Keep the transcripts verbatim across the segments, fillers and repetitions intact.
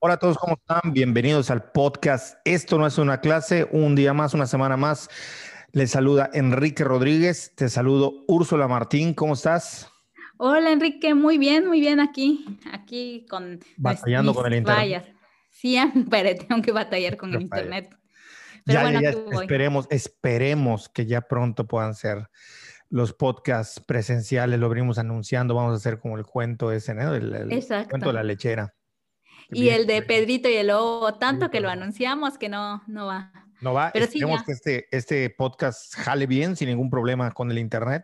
Hola a todos, ¿cómo están? Bienvenidos al podcast. Esto no es una clase, un día más, una semana más. Les saluda Enrique Rodríguez, te saludo Úrsula Martín, ¿cómo estás? Hola Enrique, muy bien, muy bien aquí, aquí con nues- Batallando con mis el internet. fallas. Sí, pero tengo que batallar con el Pero falla. internet. Pero Ya, ya, bueno, ya, aquí voy. esperemos, esperemos que ya pronto puedan ser los podcasts presenciales, lo venimos anunciando, vamos a hacer como el cuento ese, ¿no? El, el Exacto. cuento de la lechera, que Y viene. el de Pedrito y el Lobo, Sí, tanto que lo pero anunciamos que no, no va. no va, Pero sí, esperemos ya. que este, este podcast jale bien, sin ningún problema con el internet.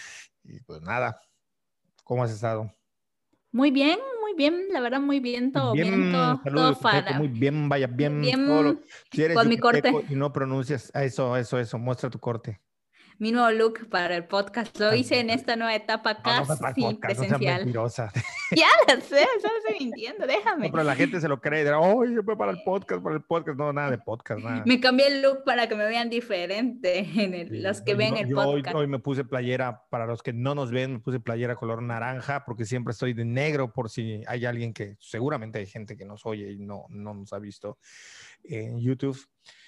Y pues nada, ¿cómo has estado? Muy bien, muy bien, la verdad, muy bien, todo bien, Bien, todo, saludo todo yucateco, muy para. bien, vaya Muy bien, todo lo- bien si eres con mi yucateco corte. y no pronuncias, ah, eso, eso, eso, muestra tu corte. Mi nuevo look para el podcast. Lo Ah, hice en esta nueva etapa no, no fue para el casi podcast, no seas presencial. mentirosa. Ya lo sé, solo estoy mintiendo, No, déjame. pero la gente se lo cree, dirá, oye, fue para el podcast, para el podcast, no, nada de podcast, nada. Me cambié el look para que me vean diferente en el- Sí, los no, que ven yo, el yo hoy, podcast. hoy me puse playera, para los que no nos ven, me puse playera color naranja, porque siempre estoy de negro, por si hay alguien que, seguramente hay gente que nos oye y no, no nos ha visto en YouTube.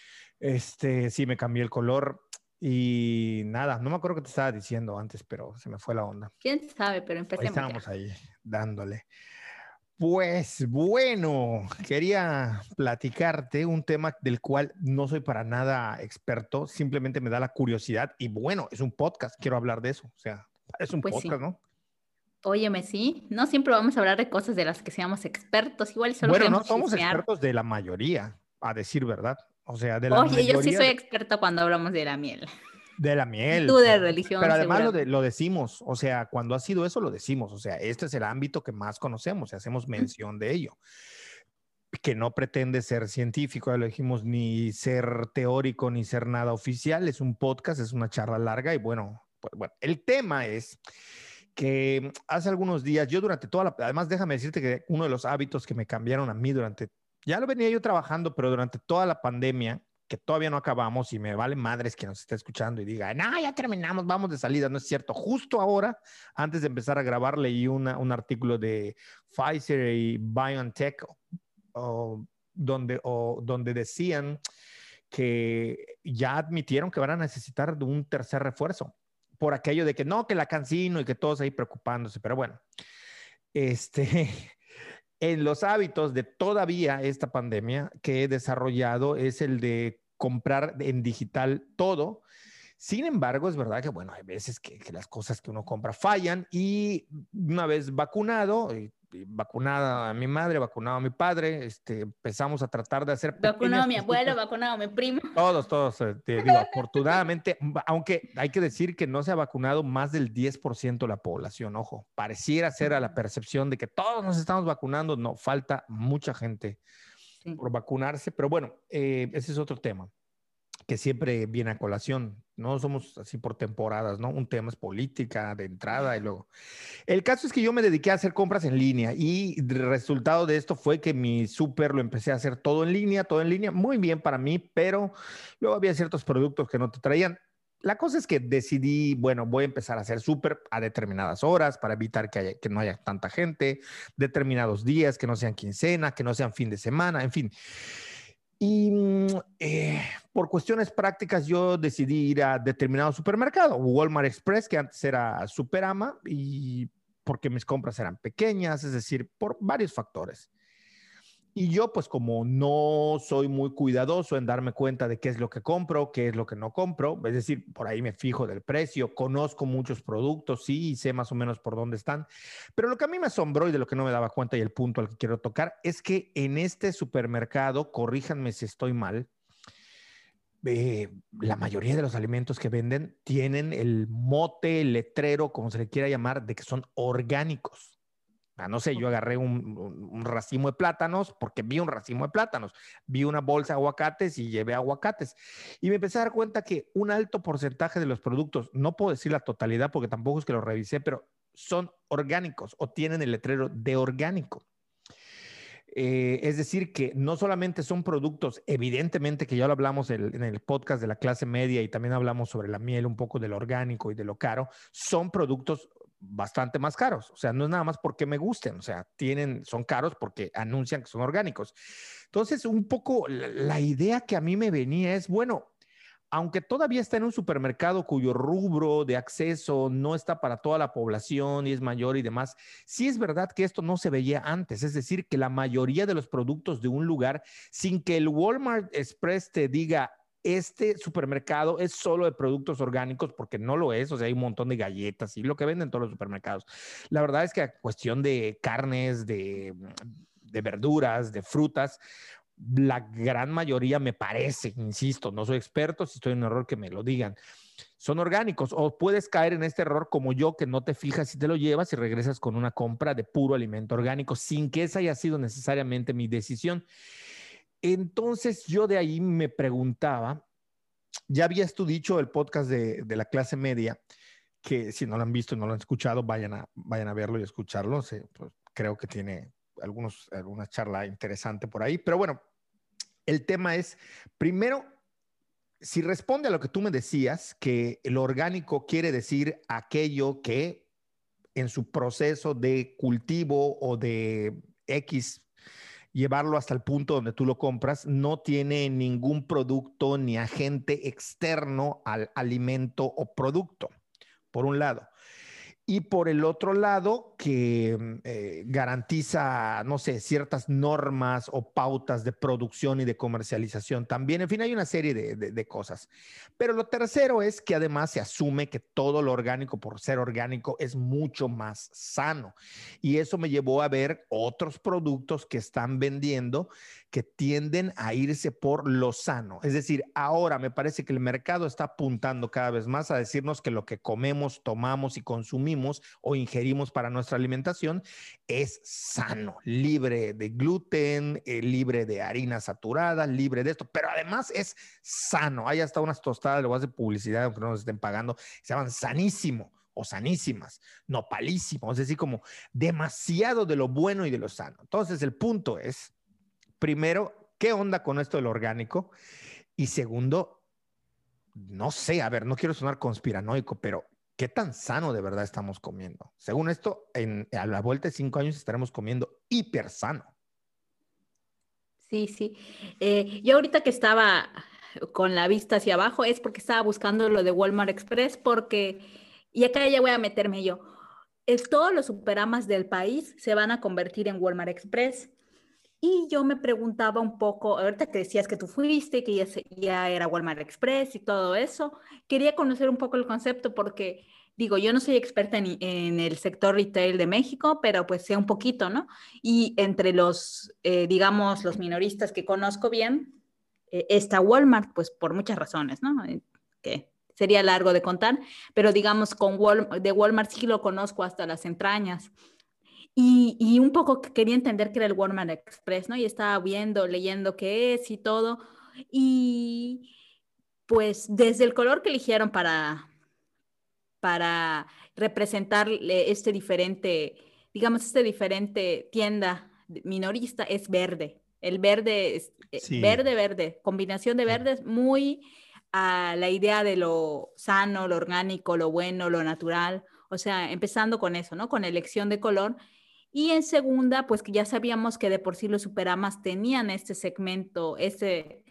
Este, sí, me cambié el color y nada, no me acuerdo qué te estaba diciendo antes, pero se me fue la onda. ¿Quién sabe? Pero Ahí empecemos ya. estábamos ahí dándole. Pues bueno, quería platicarte un tema del cual no soy para nada experto, simplemente me da la curiosidad y bueno, es un podcast, quiero hablar de eso, o sea, es un Pues podcast, sí. ¿no? Óyeme, sí. No siempre vamos a hablar de cosas de las que seamos expertos. Igual solo Bueno, no queremos somos chismear. expertos de la mayoría, a decir verdad, o sea, de la Oye, yo sí mayoría soy de, experta cuando hablamos de la miel. de la Y tú miel, de pero, pero religión, además lo, de, seguramente. lo decimos, o sea, cuando ha sido eso lo decimos, o sea, este es el ámbito que más conocemos y hacemos Mm. mención de ello. Que no pretende ser científico, ya lo dijimos, ni ser teórico, ni ser nada oficial, es un podcast, es una charla larga y bueno, pues, bueno, el tema es que hace algunos días, yo durante toda la, además déjame decirte que uno de los hábitos que me cambiaron a mí durante, ya lo venía yo trabajando, pero durante toda la pandemia, que todavía no acabamos y me vale madres que nos esté escuchando y diga, no, ya terminamos, vamos de salida, no es cierto. Justo ahora, antes de empezar a grabar, leí una, un artículo de Pfizer y BioNTech o, donde, o, donde decían que ya admitieron que van a necesitar de un tercer refuerzo por aquello de que no, que la cancino y que todos ahí preocupándose, pero bueno, este, en los hábitos de todavía esta pandemia que he desarrollado es el de comprar en digital todo. Sin embargo, es verdad que, bueno, hay veces que, que las cosas que uno compra fallan y una vez vacunado, y, y vacunada a mi madre, vacunado a mi padre, este, empezamos a tratar de hacer Vacunado a pequeñas mi abuelo, cositas. vacunado a mi primo. Todos, todos, eh, te digo, afortunadamente, aunque hay que decir que no se ha vacunado más del diez por ciento de la población, ojo, pareciera ser a la percepción de que todos nos estamos vacunando, no, falta mucha gente Sí. por vacunarse, pero bueno, eh, ese es otro tema que siempre viene a colación. No somos así por temporadas, ¿no? Un tema es política de entrada y luego. El caso es que yo me dediqué a hacer compras en línea y el resultado de esto fue que mi súper lo empecé a hacer todo en línea, todo en línea, muy bien para mí, pero luego había ciertos productos que no te traían. La cosa es que decidí, bueno, voy a empezar a hacer súper a determinadas horas para evitar que, haya, que no haya tanta gente, determinados días, que no sean quincena, que no sean fin de semana, en fin. Y eh, por cuestiones prácticas yo decidí ir a determinado supermercado, Walmart Express, que antes era Superama, y porque mis compras eran pequeñas, es decir, por varios factores. Y yo, pues como no soy muy cuidadoso en darme cuenta de qué es lo que compro, qué es lo que no compro, es decir, por ahí me fijo del precio, conozco muchos productos, sí, y sé más o menos por dónde están. Pero lo que a mí me asombró y de lo que no me daba cuenta y el punto al que quiero tocar es que en este supermercado, corríjanme si estoy mal, eh, la mayoría de los alimentos que venden tienen el mote, el letrero, como se le quiera llamar, de que son orgánicos. Ah, no sé, yo agarré un, un, un, racimo de plátanos porque vi un racimo de plátanos, vi una bolsa de aguacates y llevé aguacates. Y me empecé a dar cuenta que un alto porcentaje de los productos, no puedo decir la totalidad porque tampoco es que lo revisé, pero son orgánicos o tienen el letrero de orgánico. Eh, es decir, que no solamente son productos, evidentemente que ya lo hablamos el, en el podcast de la clase media y también hablamos sobre la miel, un poco de lo orgánico y de lo caro, son productos bastante más caros. O sea, no es nada más porque me gusten, o sea, tienen, son caros porque anuncian que son orgánicos. Entonces, un poco la, la idea que a mí me venía es, bueno, aunque todavía está en un supermercado cuyo rubro de acceso no está para toda la población y es mayor y demás, sí es verdad que esto no se veía antes, es decir, que la mayoría de los productos de un lugar, sin que el Walmart Express te diga, este supermercado es solo de productos orgánicos, porque no lo es, o sea, hay un montón de galletas y lo que venden en todos los supermercados. La verdad es que a cuestión de carnes, de, de verduras, de frutas, la gran mayoría me parece, insisto, no soy experto, si estoy en un error que me lo digan, son orgánicos, o puedes caer en este error como yo, que no te fijas si te lo llevas y regresas con una compra de puro alimento orgánico sin que esa haya sido necesariamente mi decisión. Entonces yo de ahí me preguntaba, ya habías tú dicho el podcast de, de la clase media, que si no lo han visto y no lo han escuchado, vayan a, vayan a verlo y escucharlo, sí, pues creo que tiene algunos, alguna charla interesante por ahí, pero bueno, el tema es, primero, si responde a lo que tú me decías, que lo orgánico quiere decir aquello que en su proceso de cultivo o de X, llevarlo hasta el punto donde tú lo compras, no tiene ningún producto ni agente externo al alimento o producto, por un lado. Y por el otro lado, que eh, garantiza, no sé, ciertas normas o pautas de producción y de comercialización también. En fin, hay una serie de, de, de cosas. Pero lo tercero es que además se asume que todo lo orgánico, por ser orgánico, es mucho más sano. Y eso me llevó a ver otros productos que están vendiendo que tienden a irse por lo sano. Es decir, ahora me parece que el mercado está apuntando cada vez más a decirnos que lo que comemos, tomamos y consumimos o ingerimos para nuestra alimentación es sano, libre de gluten, eh, libre de harina saturada, libre de esto, pero además es sano. Hay hasta unas tostadas, le voy a hacer publicidad, aunque no nos estén pagando, se llaman sanísimo o sanísimas, nopalísimo, es decir, como demasiado de lo bueno y de lo sano. Entonces, el punto es, primero, ¿qué onda con esto del orgánico? Y segundo, no sé, a ver, no quiero sonar conspiranoico, pero ¿qué tan sano de verdad estamos comiendo? Según esto, en, a la vuelta de cinco años estaremos comiendo hiper sano. Sí, sí. Eh, yo ahorita que estaba con la vista hacia abajo es porque estaba buscando lo de Walmart Express porque, y acá ya voy a meterme yo, es, todos los superamas del país se van a convertir en Walmart Express. Y yo me preguntaba un poco, ahorita que decías que tú fuiste, que ya, se- ya era Walmart Express y todo eso, quería conocer un poco el concepto porque, digo, yo no soy experta en, en el sector retail de México, pero pues sé un poquito, ¿no? Y entre los, eh, digamos, los minoristas que conozco bien, eh, está Walmart, pues por muchas razones, ¿no? Eh, que sería largo de contar, pero digamos, con Wal- de Walmart sí lo conozco hasta las entrañas. Y, y un poco que quería entender qué era el Walmart Express, ¿no? Y estaba viendo, leyendo qué es y todo. Y pues desde el color que eligieron para, para representar este diferente, digamos, este diferente tienda minorista es verde. El verde es eh, Sí, verde, verde, combinación de sí. verdes muy a la idea de lo sano, lo orgánico, lo bueno, lo natural. O sea, empezando con eso, ¿no? Con elección de color. Y en segunda, pues que ya sabíamos que de por sí los superamas tenían este segmento, ese,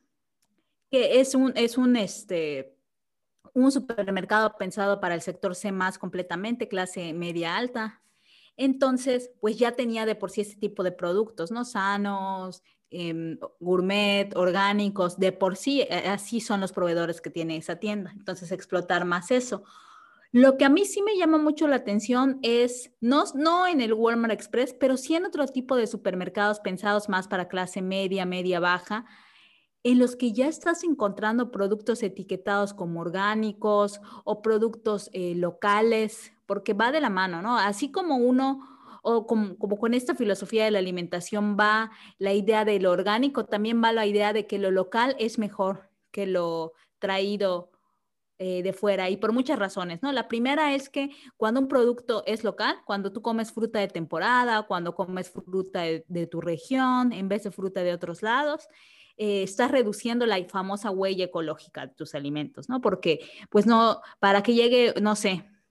que es un, es un, este, un supermercado pensado para el sector C más completamente, clase media alta. Entonces, pues ya tenía de por sí ese tipo de productos, ¿no? Sanos, eh, gourmet, orgánicos, de por sí, eh, así son los proveedores que tiene esa tienda. Entonces, explotar más eso. Lo que a mí sí me llama mucho la atención es, no, no en el Walmart Express, pero sí en otro tipo de supermercados pensados más para clase media, media baja, en los que ya estás encontrando productos etiquetados como orgánicos o productos eh, locales, porque va de la mano, ¿no? Así como uno, o como, como con esta filosofía de la alimentación va la idea de lo orgánico, también va la idea de que lo local es mejor que lo traído eh, de fuera y por muchas razones, ¿no? La primera es que cuando un producto es local, cuando tú comes fruta de temporada, cuando comes fruta de, de tu región en vez de fruta de otros lados, eh, estás reduciendo la famosa huella ecológica de tus alimentos, ¿no? Porque, pues no, para que llegue, no sé,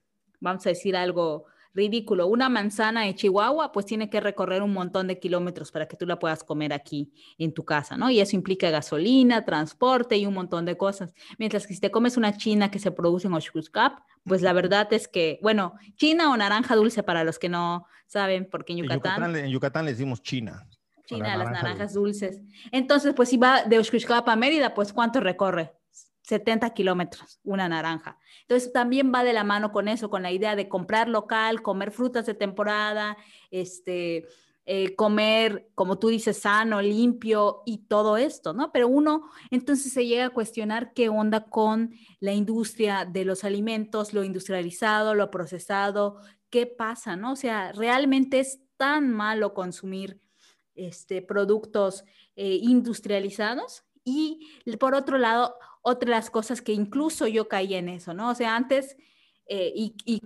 vamos a decir algo ridículo, una manzana de Chihuahua, pues tiene que recorrer un montón de kilómetros para que tú la puedas comer aquí en tu casa, ¿no? Y eso implica gasolina, transporte y un montón de cosas. Mientras que si te comes una china que se produce en Oshkoshkap, pues la verdad es que, bueno, china o naranja dulce para los que no saben, porque en En Yucatán, Yucatán, en Yucatán le decimos China, a la China, las naranja naranjas dulce. dulces. Entonces, pues si va de Oshkoshkap a Mérida, pues ¿cuánto recorre? setenta kilómetros, una naranja. Entonces también va de la mano con eso, con la idea de comprar local, comer frutas de temporada, este, eh, comer, como tú dices, sano, limpio y todo esto, ¿no? Pero uno entonces se llega a cuestionar qué onda con la industria de los alimentos, lo industrializado, lo procesado, qué pasa, ¿no? O sea, realmente es tan malo consumir este, productos eh, industrializados. Y por otro lado, otra de las cosas que incluso yo caí en eso, ¿no? O sea, antes, eh, y, y,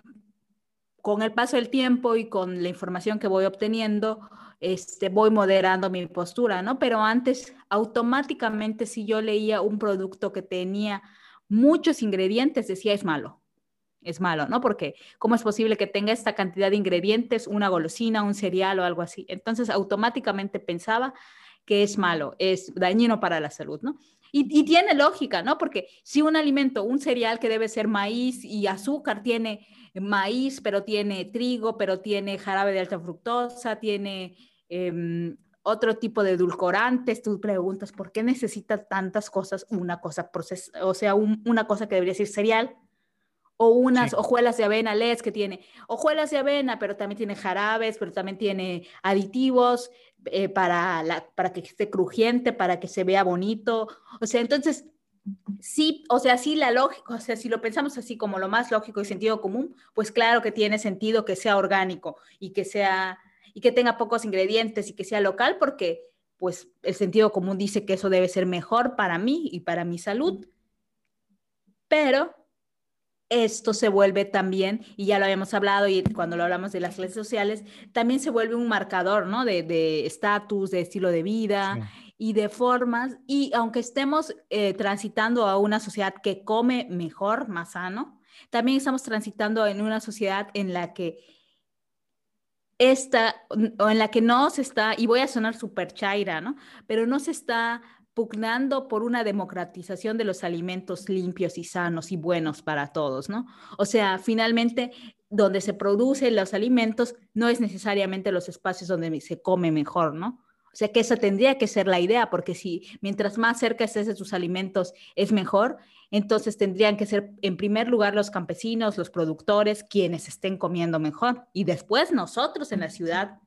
con el paso del tiempo y con la información que voy obteniendo, este, voy moderando mi postura, ¿no? Pero antes, automáticamente, si yo leía un producto que tenía muchos ingredientes, decía es malo. Es malo, ¿no? Porque ¿cómo es posible que tenga esta cantidad de ingredientes, una golosina, un cereal o algo así? Entonces, automáticamente pensaba que es malo, es dañino para la salud, ¿no? Y, y tiene lógica, ¿no? Porque si un alimento, un cereal que debe ser maíz y azúcar, tiene maíz, pero tiene trigo, pero tiene jarabe de alta fructosa, tiene eh, otro tipo de edulcorantes, tú preguntas, ¿por qué necesita tantas cosas una cosa procesada? O sea, un, una cosa que debería ser cereal, o unas Sí. hojuelas de avena L E S que tiene hojuelas de avena, pero también tiene jarabes, pero también tiene aditivos eh, para, la, para que esté crujiente, para que se vea bonito. O sea, entonces, sí, o sea, sí la lógica, o sea, si lo pensamos así como lo más lógico y sentido común, pues claro que tiene sentido que sea orgánico y que sea, y que tenga pocos ingredientes y que sea local, porque pues el sentido común dice que eso debe ser mejor para mí y para mi salud, pero esto se vuelve también, y ya lo habíamos hablado y cuando lo hablamos de las redes sociales, también se vuelve un marcador, ¿no? De estatus, de, de estilo de vida Sí. y de formas. Y aunque estemos eh, transitando a una sociedad que come mejor, más sano, también estamos transitando en una sociedad en la que esta, o en la que no se está, y voy a sonar súper chaira, ¿no? Pero no se está pugnando por una democratización de los alimentos limpios y sanos y buenos para todos, ¿no? O sea, finalmente, donde se producen los alimentos no es necesariamente los espacios donde se come mejor, ¿no? O sea, que esa tendría que ser la idea, porque si mientras más cerca estés de tus alimentos es mejor, entonces tendrían que ser en primer lugar los campesinos, los productores, quienes estén comiendo mejor, y después nosotros en la ciudad.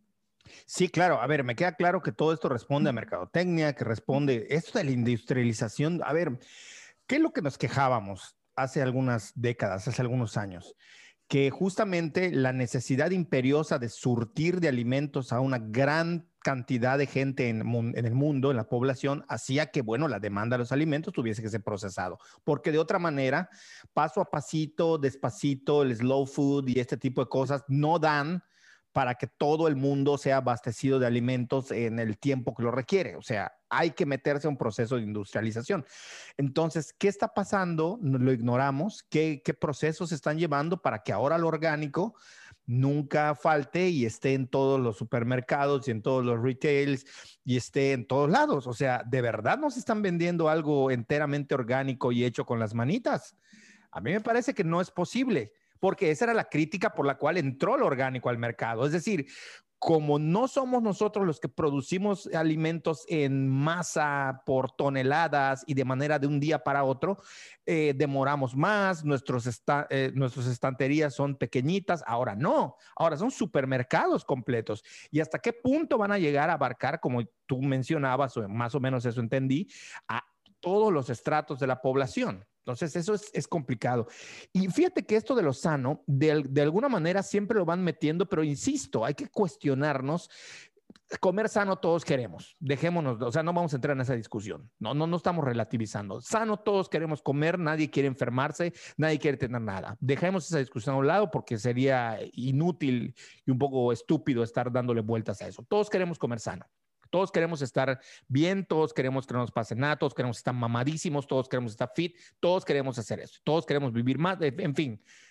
Sí, claro. A ver, me queda claro que todo esto responde a mercadotecnia, que responde esto de la industrialización. A ver, ¿qué es lo que nos quejábamos hace algunas décadas, hace algunos años? Que justamente la necesidad imperiosa de surtir de alimentos a una gran cantidad de gente en, en, el mundo, en la población, hacía que, bueno, la demanda de los alimentos tuviese que ser procesado, porque de otra manera, paso a pasito, despacito, el slow food y este tipo de cosas no dan para que todo el mundo sea abastecido de alimentos en el tiempo que lo requiere. O sea, hay que meterse a un proceso de industrialización. Entonces, ¿qué está pasando? Lo ignoramos. ¿Qué, qué procesos se están llevando para que ahora lo orgánico nunca falte y esté en todos los supermercados y en todos los retails y esté en todos lados? O sea, ¿de verdad nos están vendiendo algo enteramente orgánico y hecho con las manitas? A mí me parece que no es posible, porque esa era la crítica por la cual entró lo orgánico al mercado. Es decir, como no somos nosotros los que producimos alimentos en masa por toneladas y de manera de un día para otro, eh, demoramos más, nuestros esta, eh, nuestras estanterías son pequeñitas. Ahora no, ahora son supermercados completos. ¿Y hasta qué punto van a llegar a abarcar, como tú mencionabas, o más o menos eso entendí, a todos los estratos de la población? Entonces, eso es, es complicado. Y fíjate que esto de lo sano, de, de alguna manera siempre lo van metiendo, pero insisto, hay que cuestionarnos. Comer sano todos queremos, dejémonos, o sea, no vamos a entrar en esa discusión, no, no, no estamos relativizando. Sano todos queremos comer, nadie quiere enfermarse, nadie quiere tener nada. Dejemos esa discusión a un lado porque sería inútil y un poco estúpido estar dándole vueltas a eso. Todos queremos comer sano. Todos queremos estar bien, todos queremos que no nos pase nada, todos queremos estar mamadísimos, todos queremos estar fit, todos queremos hacer eso, todos queremos vivir más, en fin,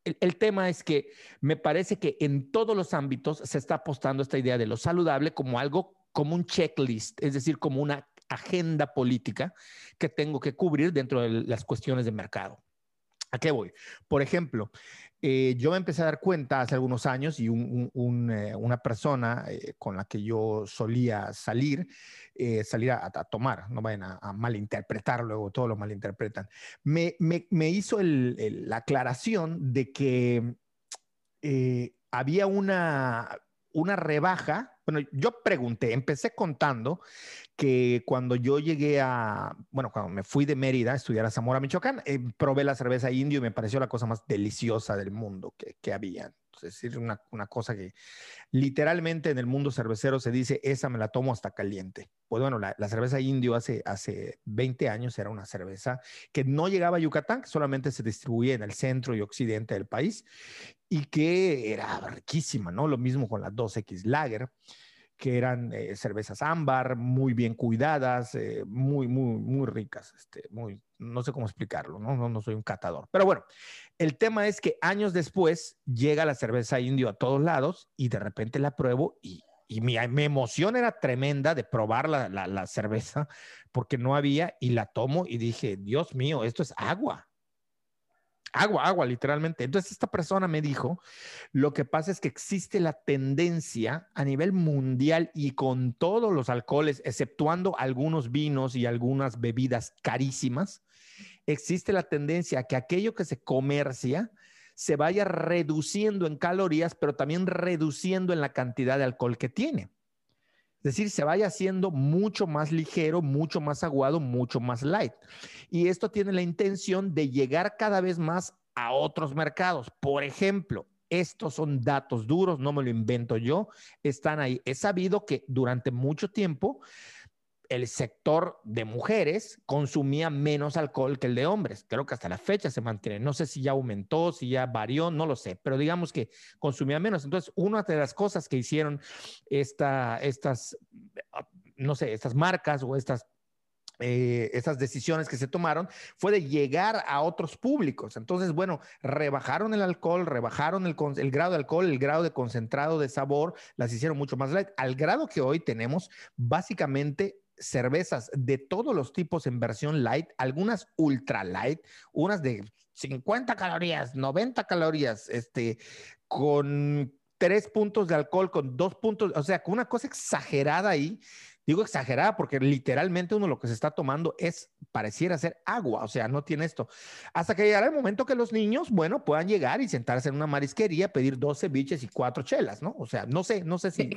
el, el tema es que me parece que en todos los ámbitos se está apostando esta idea de lo saludable como algo, como un checklist, es decir, como una agenda política que tengo que cubrir dentro de las cuestiones de mercado. ¿A qué voy? Por ejemplo, eh, yo me empecé a dar cuenta hace algunos años y un, un, un, eh, una persona eh, con la que yo solía salir, eh, salir a, a tomar, no vayan a, a malinterpretar, luego todo lo malinterpretan, me, me, me hizo el, el, la aclaración de que eh, había una, una rebaja. Bueno, yo pregunté, empecé contando que cuando yo llegué a, bueno, cuando me fui de Mérida a estudiar a Zamora, Michoacán, eh, probé la cerveza indio y me pareció la cosa más deliciosa del mundo que, que había. Es decir, una, una cosa que literalmente en el mundo cervecero se dice, esa me la tomo hasta caliente. Pues bueno, la, la cerveza indio hace, hace veinte años era una cerveza que no llegaba a Yucatán, que solamente se distribuía en el centro y occidente del país y que era riquísima, ¿no? Lo mismo con la dos equis Lager, que eran eh, cervezas ámbar, muy bien cuidadas, eh, muy, muy, muy ricas, este, muy, no sé cómo explicarlo, ¿no? No, no soy un catador. Pero bueno, el tema es que años después llega la cerveza indio a todos lados y de repente la pruebo y, y mi, mi emoción era tremenda de probar la, la, la cerveza porque no había y la tomo y dije, Dios mío, esto es agua. Agua, agua, literalmente. Entonces esta persona me dijo, lo que pasa es que existe la tendencia a nivel mundial y con todos los alcoholes, exceptuando algunos vinos y algunas bebidas carísimas, existe la tendencia a que aquello que se comercia se vaya reduciendo en calorías, pero también reduciendo en la cantidad de alcohol que tiene. Es decir, se vaya haciendo mucho más ligero, mucho más aguado, mucho más light. Y esto tiene la intención de llegar cada vez más a otros mercados. Por ejemplo, estos son datos duros, no me lo invento yo, están ahí. He sabido que durante mucho tiempo el sector de mujeres consumía menos alcohol que el de hombres. Creo que hasta la fecha se mantiene. No sé si ya aumentó, si ya varió, no lo sé, pero digamos que consumía menos. Entonces, una de las cosas que hicieron esta, estas, no sé, estas marcas o estas eh, esas decisiones que se tomaron fue de llegar a otros públicos. Entonces, bueno, rebajaron el alcohol, rebajaron el, el grado de alcohol, el grado de concentrado de sabor, las hicieron mucho más light, al grado que hoy tenemos básicamente cervezas de todos los tipos en versión light, algunas ultra light, unas de cincuenta calorías, noventa calorías, este, con tres puntos de alcohol, con dos puntos, o sea, con una cosa exagerada ahí. Digo exagerada porque literalmente uno lo que se está tomando es, pareciera ser agua, o sea, no tiene esto. Hasta que llegará el momento que los niños, bueno, puedan llegar y sentarse en una marisquería, pedir dos ceviches y cuatro chelas, ¿no? O sea, no sé, no sé si...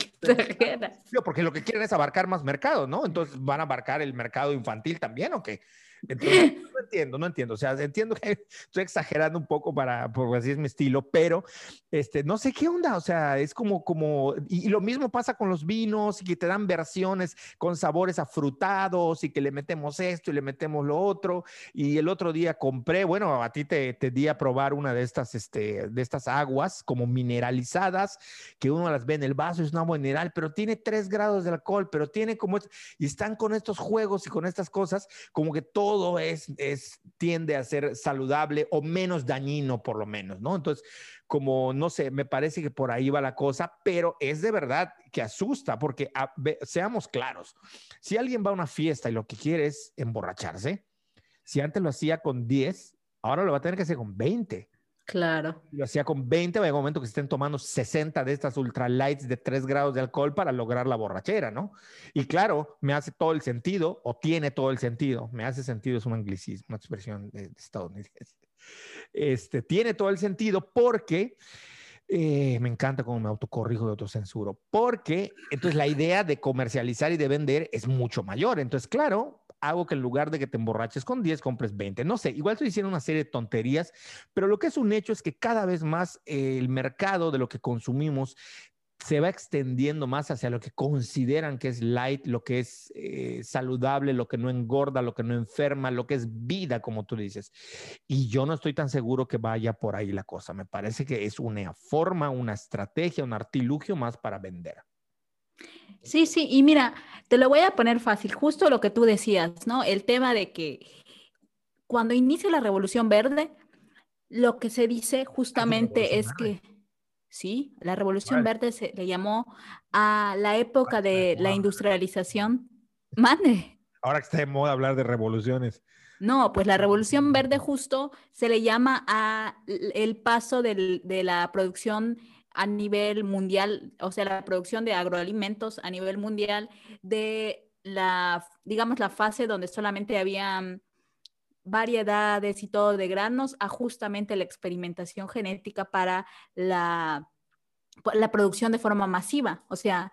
porque lo que quieren es abarcar más mercados, ¿no? Entonces, ¿van a abarcar el mercado infantil también o qué? Entonces, no entiendo, no entiendo. O sea, entiendo que estoy exagerando un poco para, porque así es mi estilo, pero este, no sé qué onda. O sea, es como, como, y, y lo mismo pasa con los vinos y que te dan versiones con sabores afrutados y que le metemos esto y le metemos lo otro. Y el otro día compré, bueno, a ti te, te di a probar una de estas, este, de estas aguas como mineralizadas, que uno las ve en el vaso, es un agua mineral, pero tiene tres grados de alcohol, pero tiene como, y están con estos juegos y con estas cosas, como que todo todo es, es, tiende a ser saludable o menos dañino por lo menos, ¿no? Entonces, como, no sé, me parece que por ahí va la cosa, pero es de verdad que asusta, porque a, ve, seamos claros, si alguien va a una fiesta y lo que quiere es emborracharse, si antes lo hacía con diez, ahora lo va a tener que hacer con veinte. Claro. Lo hacía con veinte, va a haber un momento que se estén tomando sesenta de estas ultralights de tres grados de alcohol para lograr la borrachera, ¿no? Y claro, me hace todo el sentido, o tiene todo el sentido, me hace sentido, es un anglicismo, una expresión de, de estadounidense. Este, tiene todo el sentido porque eh, me encanta cómo me autocorrijo y autocensuro, porque entonces la idea de comercializar y de vender es mucho mayor. Entonces, claro, hago que en lugar de que te emborraches con diez, compres veinte. No sé, igual estoy diciendo una serie de tonterías, pero lo que es un hecho es que cada vez más eh, el mercado de lo que consumimos se va extendiendo más hacia lo que consideran que es light, lo que es eh, saludable, lo que no engorda, lo que no enferma, lo que es vida, como tú dices. Y yo no estoy tan seguro que vaya por ahí la cosa. Me parece que es una forma, una estrategia, un artilugio más para vender. Sí, sí, y mira, te lo voy a poner fácil, justo lo que tú decías, ¿no? El tema de que cuando inicia la Revolución Verde, lo que se dice Es la justamente revolución es verde. que, sí, la Revolución Órale. Verde se le llamó a la Ahora época que está de de la moda hablar de revoluciones. industrialización. Mande. Ahora que está de moda hablar de revoluciones. No, pues la Revolución Revolución Verde verde. justo se le llama a l- el paso del- de la producción a nivel mundial, o sea, la producción de agroalimentos a nivel mundial, de la, digamos, la fase donde solamente había mm, variedades y todo de granos, a justamente la experimentación genética para la, la producción de forma masiva. O sea,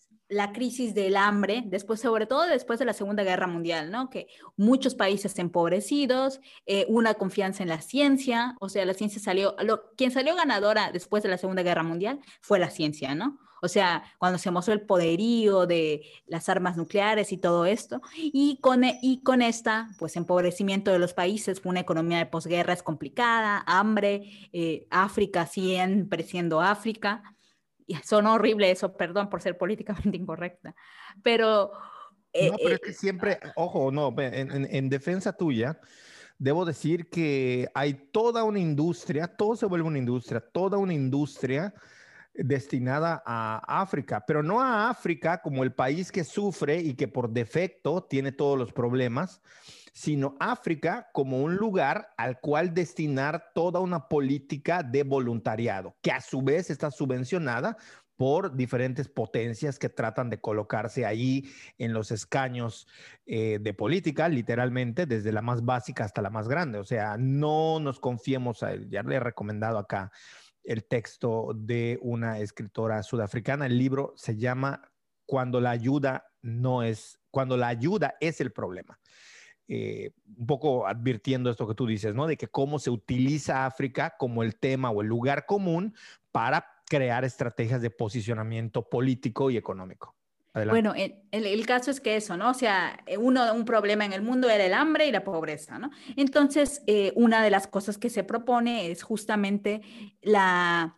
la crisis del hambre, después, sobre todo después de la Segunda Guerra Mundial, ¿no? Que muchos países empobrecidos, eh, una confianza en la ciencia, o sea, la ciencia salió, lo, quien salió ganadora después de la Segunda Guerra Mundial fue la ciencia, ¿no? O sea, cuando se mostró el poderío de las armas nucleares y todo esto, y con, y con esta, pues, empobrecimiento de los países, fue una economía de posguerra, es complicada, hambre, eh, África siempre siendo África, y son horrible eso, perdón por ser políticamente incorrecta, pero eh, No, pero es que eh, siempre, ojo, no, ve, en, en- en defensa tuya, debo decir que hay toda una industria, todo se vuelve una industria, toda una industria destinada a África, pero no a África como el país que sufre y que por defecto tiene todos los problemas, sino África como un lugar al cual destinar toda una política de voluntariado, que a su vez está subvencionada por diferentes potencias que tratan de colocarse ahí en los escaños eh, de política, literalmente, desde la más básica hasta la más grande. O sea, no nos confiemos a él. Ya le he recomendado acá el texto de una escritora sudafricana. El libro se llama Cuando la ayuda no es, cuando la ayuda es el problema. Eh, un poco advirtiendo esto que tú dices, ¿no? De que cómo se utiliza África como el tema o el lugar común para crear estrategias de posicionamiento político y económico. Adelante. bueno, el, el- el caso es que eso, ¿no? O sea, eh, uno, un problema en el mundo era el hambre y la pobreza, ¿no? Entonces, eh, una de las cosas que se propone es justamente la,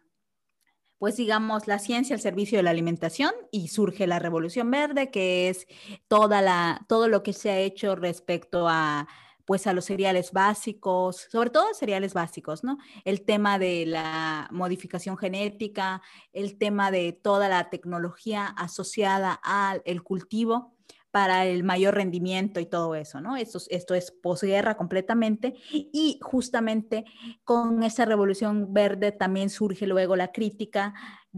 pues digamos, la ciencia al servicio de la alimentación y surge la Revolución Verde, que es toda la, todo lo que se ha hecho respecto a, pues a los cereales básicos, sobre todo cereales básicos, ¿no? El tema de la modificación genética, el tema de toda la tecnología asociada al el cultivo para el mayor rendimiento y todo eso, ¿no? Esto, esto es posguerra completamente y justamente con esa revolución verde también surge luego la crítica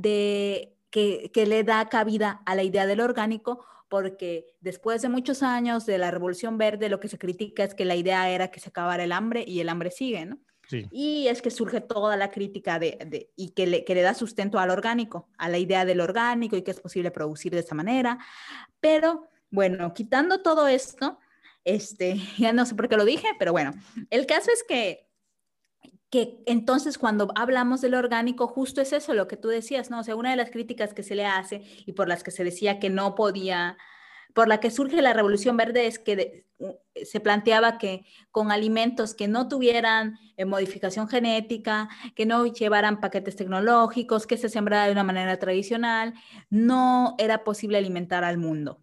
de que, que le da cabida a la idea del orgánico, porque después de muchos años de la revolución verde lo que se critica es que la idea era que se acabara el hambre y el hambre sigue, ¿no? Sí. Y es que surge toda la crítica de, de, y que le, que le da sustento al orgánico, a la idea del orgánico y que es posible producir de esta manera. Pero bueno, quitando todo esto, este, ya no sé por qué lo dije, pero bueno, el caso es que que entonces cuando hablamos del orgánico, justo es eso lo que tú decías, ¿no? O sea, una de las críticas que se le hace y por las que se decía que no podía, por la que surge la Revolución Verde es que de, se planteaba que con alimentos que no tuvieran eh, modificación genética, que no llevaran paquetes tecnológicos, que se sembrara de una manera tradicional, no era posible alimentar al mundo.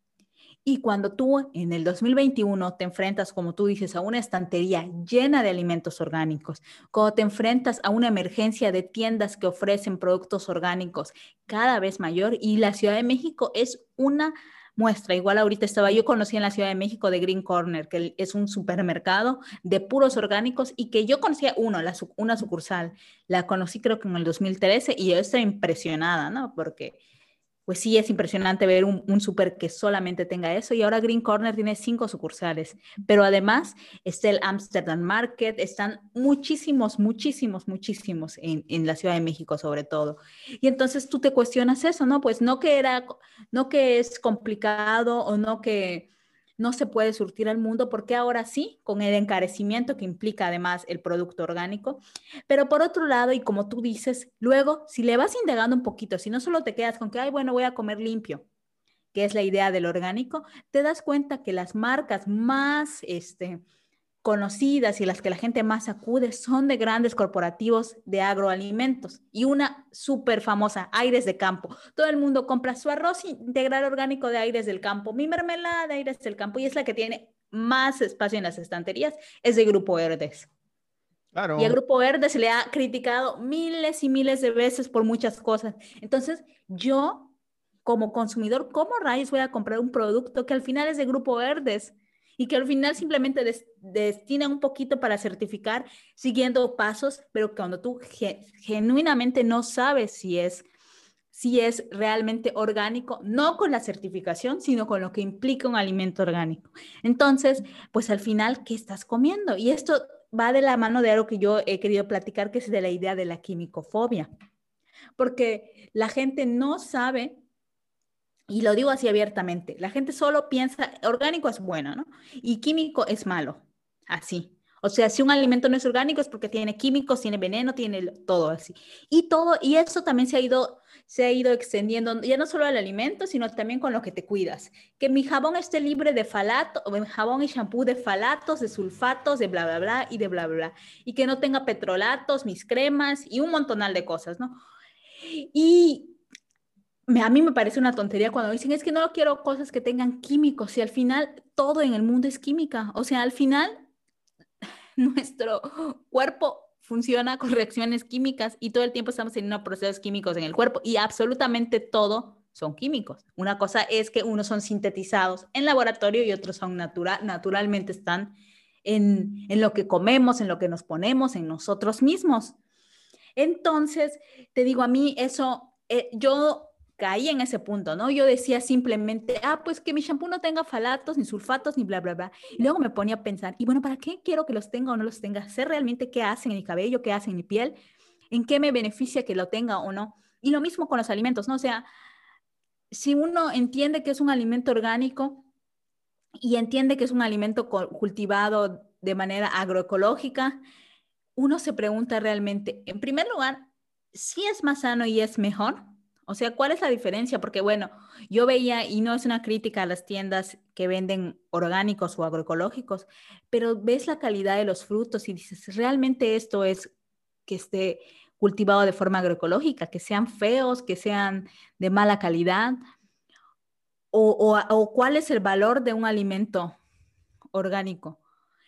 Y cuando tú en el dos mil veintiuno te enfrentas, como tú dices, a una estantería llena de alimentos orgánicos, cuando te enfrentas a una emergencia de tiendas que ofrecen productos orgánicos cada vez mayor, y la Ciudad de México es una muestra. Igual ahorita estaba, yo conocí en la Ciudad de México de Green Corner, que es un supermercado de puros orgánicos y que yo conocía uno, la, una sucursal. La conocí creo que en el dos mil trece y yo estoy impresionada, ¿no? Porque pues sí, es impresionante ver un, un súper que solamente tenga eso. Y ahora Green Corner tiene cinco sucursales. Pero además está el Amsterdam Market, están muchísimos, muchísimos, muchísimos en, en la Ciudad de México sobre todo. Y entonces tú te cuestionas eso, ¿no? Pues no que era, no que es complicado o no que no se puede surtir al mundo, porque ahora sí, con el encarecimiento que implica además el producto orgánico. Pero por otro lado, y como tú dices, luego, si le vas indagando un poquito, si no solo te quedas con que, ay, bueno, voy a comer limpio, que es la idea del orgánico, te das cuenta que las marcas más este, conocidas y las que la gente más acude son de grandes corporativos de agroalimentos. Y una súper famosa, Aires de Campo. Todo el mundo compra su arroz integral orgánico de Aires del Campo, mi mermelada de Aires del Campo, y es la que tiene más espacio en las estanterías, es de Grupo Verdes. Y a Claro. Grupo Verde se le ha criticado miles y miles de veces por muchas cosas. Entonces, yo, como consumidor, ¿cómo rayos voy a comprar un producto que al final es de Grupo Verdes y que al final simplemente des destina un poquito para certificar siguiendo pasos, pero cuando tú ge genuinamente no sabes si es, si es realmente orgánico, no con la certificación, sino con lo que implica un alimento orgánico? Entonces, pues al final, ¿qué estás comiendo? Y esto va de la mano de algo que yo he querido platicar, que es de la idea de la quimicofobia, porque la gente no sabe, y lo digo así abiertamente, la gente solo piensa, orgánico es bueno, ¿no? Y químico es malo, así. O sea, si un alimento no es orgánico es porque tiene químicos, tiene veneno, tiene todo así. Y todo, y eso también se ha ido, se ha ido extendiendo, ya no solo al alimento, sino también con lo que te cuidas. Que mi jabón esté libre de falato, o mi jabón y shampoo de falatos, de sulfatos, de bla, bla, bla, y de bla, bla, bla. Y que no tenga petrolatos, mis cremas, y un montonal de cosas, ¿no? Y me, a mí me parece una tontería cuando dicen, es que no quiero cosas que tengan químicos, y al final todo en el mundo es química. O sea, al final nuestro cuerpo funciona con reacciones químicas y todo el tiempo estamos teniendo procesos químicos en el cuerpo y absolutamente todo son químicos. Una cosa es que unos son sintetizados en laboratorio y otros son natural, naturalmente están en, en lo que comemos, en lo que nos ponemos, en nosotros mismos. Entonces, te digo, a mí eso, eh, yo caí en ese punto, ¿no? Yo decía simplemente, ah, pues que mi shampoo no tenga falatos, ni sulfatos, ni bla, bla, bla. Y luego me ponía a pensar, y bueno, ¿para qué quiero que los tenga o no los tenga? ¿Sé realmente qué hacen en mi cabello, qué hacen en mi piel? ¿En qué me beneficia que lo tenga o no? Y lo mismo con los alimentos, ¿no? O sea, si uno entiende que es un alimento orgánico y entiende que es un alimento cultivado de manera agroecológica, uno se pregunta realmente, en primer lugar, si es más sano y es mejor. O sea, ¿cuál es la diferencia? Porque bueno, yo veía, y no es una crítica a las tiendas que venden orgánicos o agroecológicos, pero ves la calidad de los frutos y dices, ¿realmente esto es que esté cultivado de forma agroecológica, que sean feos, que sean de mala calidad? ¿O, o, o cuál es el valor de un alimento orgánico?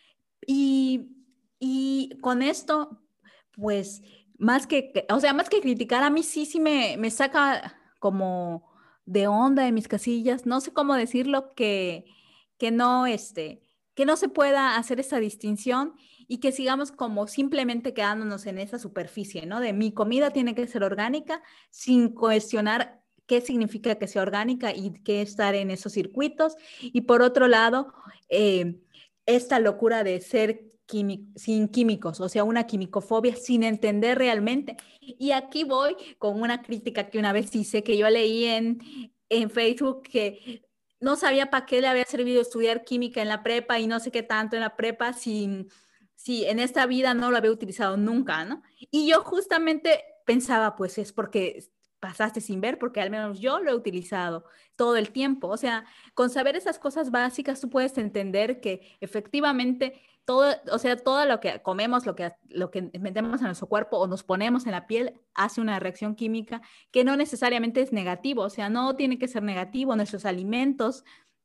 Y, y con esto, pues, más que, o sea, más que criticar, a mí sí, sí me, me saca como de onda de mis casillas, no sé cómo decirlo, que, que no, este, que no se pueda hacer esa distinción y que sigamos como simplemente quedándonos en esa superficie, ¿no? De mi comida tiene que ser orgánica sin cuestionar qué significa que sea orgánica y qué estar en esos circuitos. Y por otro lado, eh, esta locura de ser sin químicos, o sea, una quimicofobia sin entender realmente. Y aquí voy con una crítica que una vez hice, que yo leí en, en Facebook, que no sabía para qué le había servido estudiar química en la prepa y no sé qué tanto en la prepa si, si en esta vida no lo había utilizado nunca, ¿no? Y yo justamente pensaba, pues es porque pasaste sin ver, porque al menos yo lo he utilizado todo el tiempo. O sea, con saber esas cosas básicas, tú puedes entender que efectivamente todo, o sea, todo lo que comemos, lo que, lo que metemos en nuestro cuerpo o nos ponemos en la piel, hace una reacción química que no necesariamente es negativo. O sea, no tiene que ser negativo. Nuestros alimentos,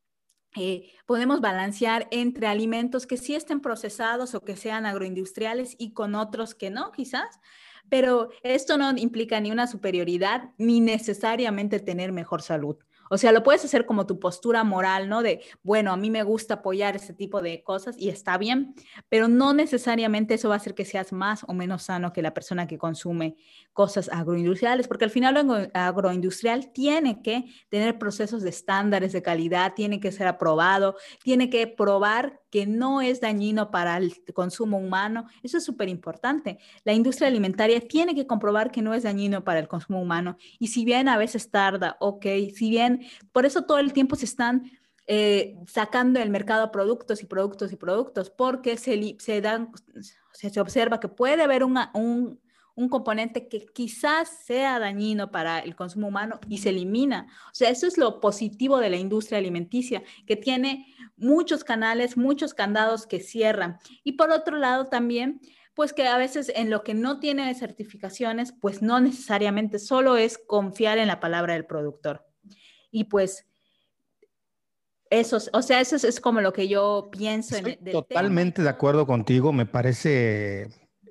eh, podemos balancear entre alimentos que sí estén procesados o que sean agroindustriales y con otros que no, quizás. Pero esto no implica ni una superioridad ni necesariamente tener mejor salud. O sea, lo puedes hacer como tu postura moral, ¿no? De, bueno, a mí me gusta apoyar este tipo de cosas y está bien, pero no necesariamente eso va a hacer que seas más o menos sano que la persona que consume cosas agroindustriales, porque al final lo agroindustrial tiene que tener procesos de estándares de calidad, tiene que ser aprobado, tiene que probar que no es dañino para el consumo humano. Eso es súper importante. La industria alimentaria tiene que comprobar que no es dañino para el consumo humano. Y si bien a veces tarda, ok, si bien, por eso todo el tiempo se están eh, sacando del mercado productos y productos y productos, porque se, se, dan, se, se observa que puede haber una, un, un componente que quizás sea dañino para el consumo humano y se elimina. O sea, eso es lo positivo de la industria alimenticia, que tiene muchos canales, muchos candados que cierran. Y por otro lado también, pues que a veces en lo que no tiene certificaciones, pues no necesariamente solo es confiar en la palabra del productor. Y pues eso, o sea, eso es, es como lo que yo pienso en, Estoy del tema. totalmente de acuerdo contigo. Me parece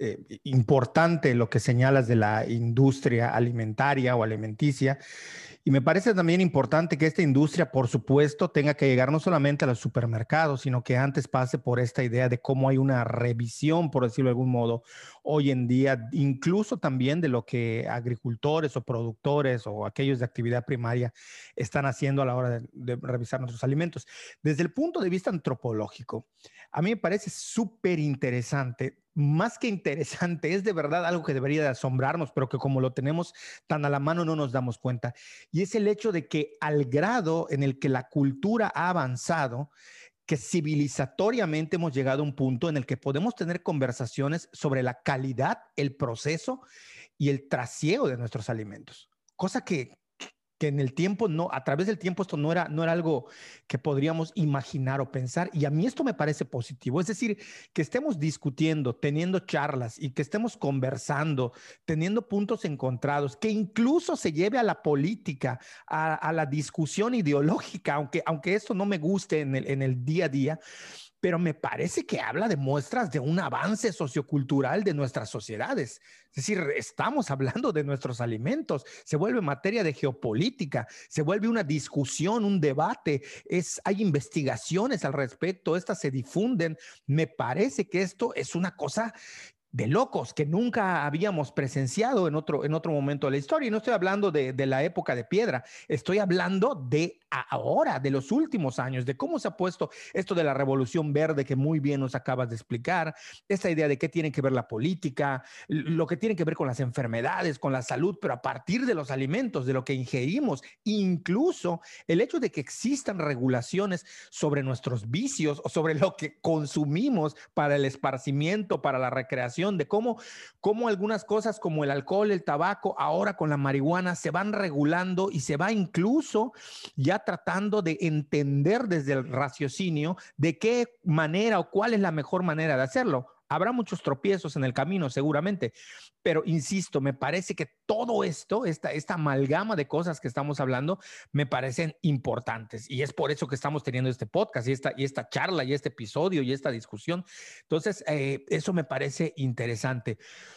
eh, importante lo que señalas de la industria alimentaria o alimenticia. Y me parece también importante que esta industria, por supuesto, tenga que llegar no solamente a los supermercados, sino que antes pase por esta idea de cómo hay una revisión, por decirlo de algún modo, hoy en día, incluso también de lo que agricultores o productores o aquellos de actividad primaria están haciendo a la hora de, de revisar nuestros alimentos. Desde el punto de vista antropológico, a mí me parece súper interesante, más que interesante, es de verdad algo que debería de asombrarnos, pero que como lo tenemos tan a la mano no nos damos cuenta. Y es el hecho de que al grado en el que la cultura ha avanzado, que civilizatoriamente hemos llegado a un punto en el que podemos tener conversaciones sobre la calidad, el proceso y el trasiego de nuestros alimentos. Cosa que, que en el tiempo, no, a través del tiempo esto no era, no era algo que podríamos imaginar o pensar. Y a mí esto me parece positivo. Es decir, que estemos discutiendo, teniendo charlas y que estemos conversando, teniendo puntos encontrados, que incluso se lleve a la política, a, a la discusión ideológica, aunque, aunque esto no me guste en el, en el día a día, pero me parece que habla de muestras de un avance sociocultural de nuestras sociedades. Es decir, estamos hablando de nuestros alimentos, se vuelve materia de geopolítica, se vuelve una discusión, un debate, es, hay investigaciones al respecto, estas se difunden. Me parece que esto es una cosa de locos que nunca habíamos presenciado en otro, en otro momento de la historia. Y no estoy hablando de, de la época de piedra, estoy hablando de ahora, de los últimos años, de cómo se ha puesto esto de la revolución verde que muy bien nos acabas de explicar, esta idea de qué tiene que ver la política, lo que tiene que ver con las enfermedades, con la salud, pero a partir de los alimentos, de lo que ingerimos, incluso el hecho de que existan regulaciones sobre nuestros vicios o sobre lo que consumimos para el esparcimiento, para la recreación, de cómo, cómo algunas cosas como el alcohol, el tabaco, ahora con la marihuana se van regulando y se va incluso ya tratando de entender desde el raciocinio de qué manera o cuál es la mejor manera de hacerlo. Habrá muchos tropiezos en el camino, seguramente, pero insisto, me parece que todo esto, esta, esta amalgama de cosas que estamos hablando, me parecen importantes y es por eso que estamos teniendo este podcast y esta, y esta charla y este episodio y esta discusión. Entonces, eh, eso me parece interesante.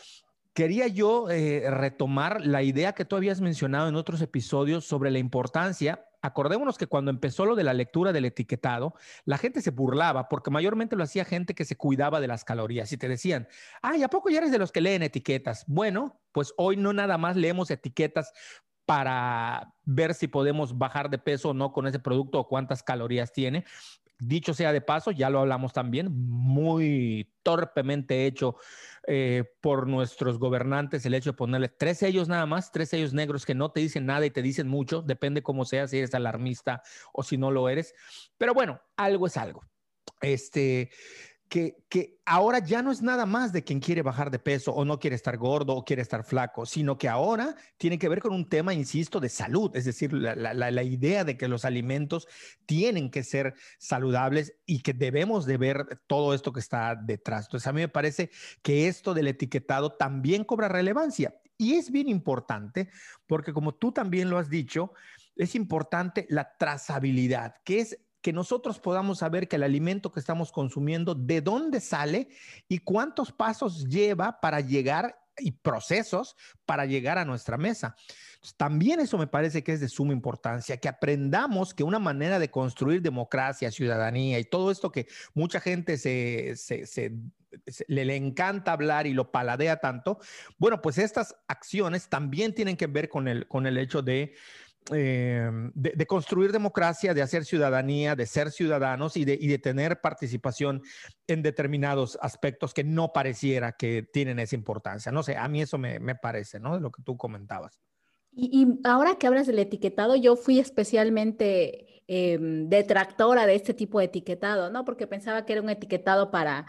Quería yo eh, retomar la idea que tú habías mencionado en otros episodios sobre la importancia. Acordémonos que cuando empezó lo de la lectura del etiquetado, la gente se burlaba porque mayormente lo hacía gente que se cuidaba de las calorías y te decían, ay, ¿a poco ya eres de los que leen etiquetas? Bueno, pues hoy no nada más leemos etiquetas para ver si podemos bajar de peso o no con ese producto o cuántas calorías tiene. Dicho sea de paso, ya lo hablamos también, muy torpemente hecho eh, por nuestros gobernantes, el hecho de ponerle tres sellos nada más, tres sellos negros que no te dicen nada y te dicen mucho, depende cómo seas, si eres alarmista o si no lo eres. Pero bueno, algo es algo. Este, que, que ahora ya no es nada más de quien quiere bajar de peso o no quiere estar gordo o quiere estar flaco, sino que ahora tiene que ver con un tema, insisto, de salud, es decir, la, la, la idea de que los alimentos tienen que ser saludables y que debemos de ver todo esto que está detrás. Entonces, a mí me parece que esto del etiquetado también cobra relevancia y es bien importante porque como tú también lo has dicho, es importante la trazabilidad, que es que nosotros podamos saber que el alimento que estamos consumiendo, de dónde sale y cuántos pasos lleva para llegar y procesos para llegar a nuestra mesa. Entonces, también eso me parece que es de suma importancia, que aprendamos que una manera de construir democracia, ciudadanía y todo esto que mucha gente se, se, se, se le, le encanta hablar y lo paladea tanto, bueno, pues estas acciones también tienen que ver con el, con el hecho de eh, de, de, construir democracia, de hacer ciudadanía, de ser ciudadanos y de, y de tener participación en determinados aspectos que no pareciera que tienen esa importancia. No sé, a mí eso me, me parece, ¿no? De lo que tú comentabas. Y, y ahora que hablas del etiquetado, yo fui especialmente eh, detractora de este tipo de etiquetado, ¿no? Porque pensaba que era un etiquetado para,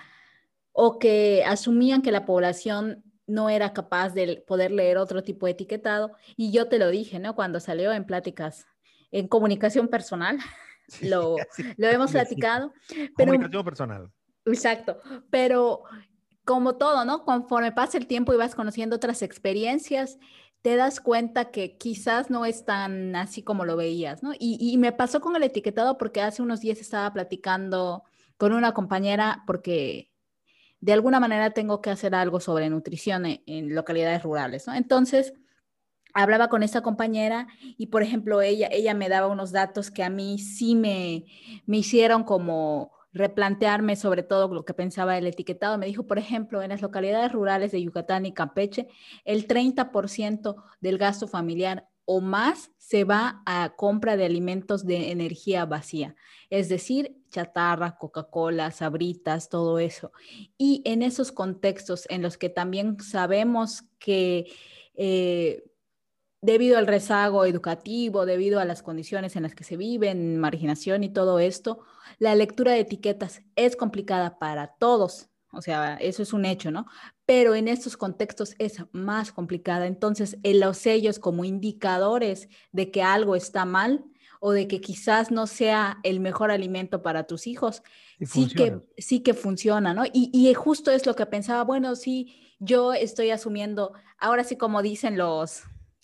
o que asumían que la población no era capaz de poder leer otro tipo de etiquetado. Y yo te lo dije, ¿no? Cuando salió en pláticas, en comunicación personal, Sí, lo, así lo hemos decimos. platicado. Pero, Comunicación personal. exacto, pero como todo, ¿no? Conforme pasa el tiempo y vas conociendo otras experiencias, te das cuenta que quizás no es tan así como lo veías, ¿no? Y, y me pasó con el etiquetado porque hace unos días estaba platicando con una compañera porque de alguna manera tengo que hacer algo sobre nutrición en, en localidades rurales, ¿no? Entonces, hablaba con esta compañera y, por ejemplo, ella, ella me daba unos datos que a mí sí me, me hicieron como replantearme sobre todo lo que pensaba del etiquetado. Me dijo, por ejemplo, en las localidades rurales de Yucatán y Campeche, el treinta por ciento del gasto familiar o más se va a compra de alimentos de energía vacía, es decir, chatarra, Coca-Cola, Sabritas, todo eso. Y en esos contextos en los que también sabemos que eh, debido al rezago educativo, debido a las condiciones en las que se viven, marginación y todo esto, la lectura de etiquetas es complicada para todos. O sea, eso es un hecho, ¿no? Pero en estos contextos es más complicada. Entonces, en los sellos como indicadores de que algo está mal o de que quizás no sea el mejor alimento para tus hijos, Sí sí funciona. que, sí que funciona, ¿no? Y, y justo es lo que pensaba, bueno, sí, yo estoy asumiendo, ahora sí como dicen los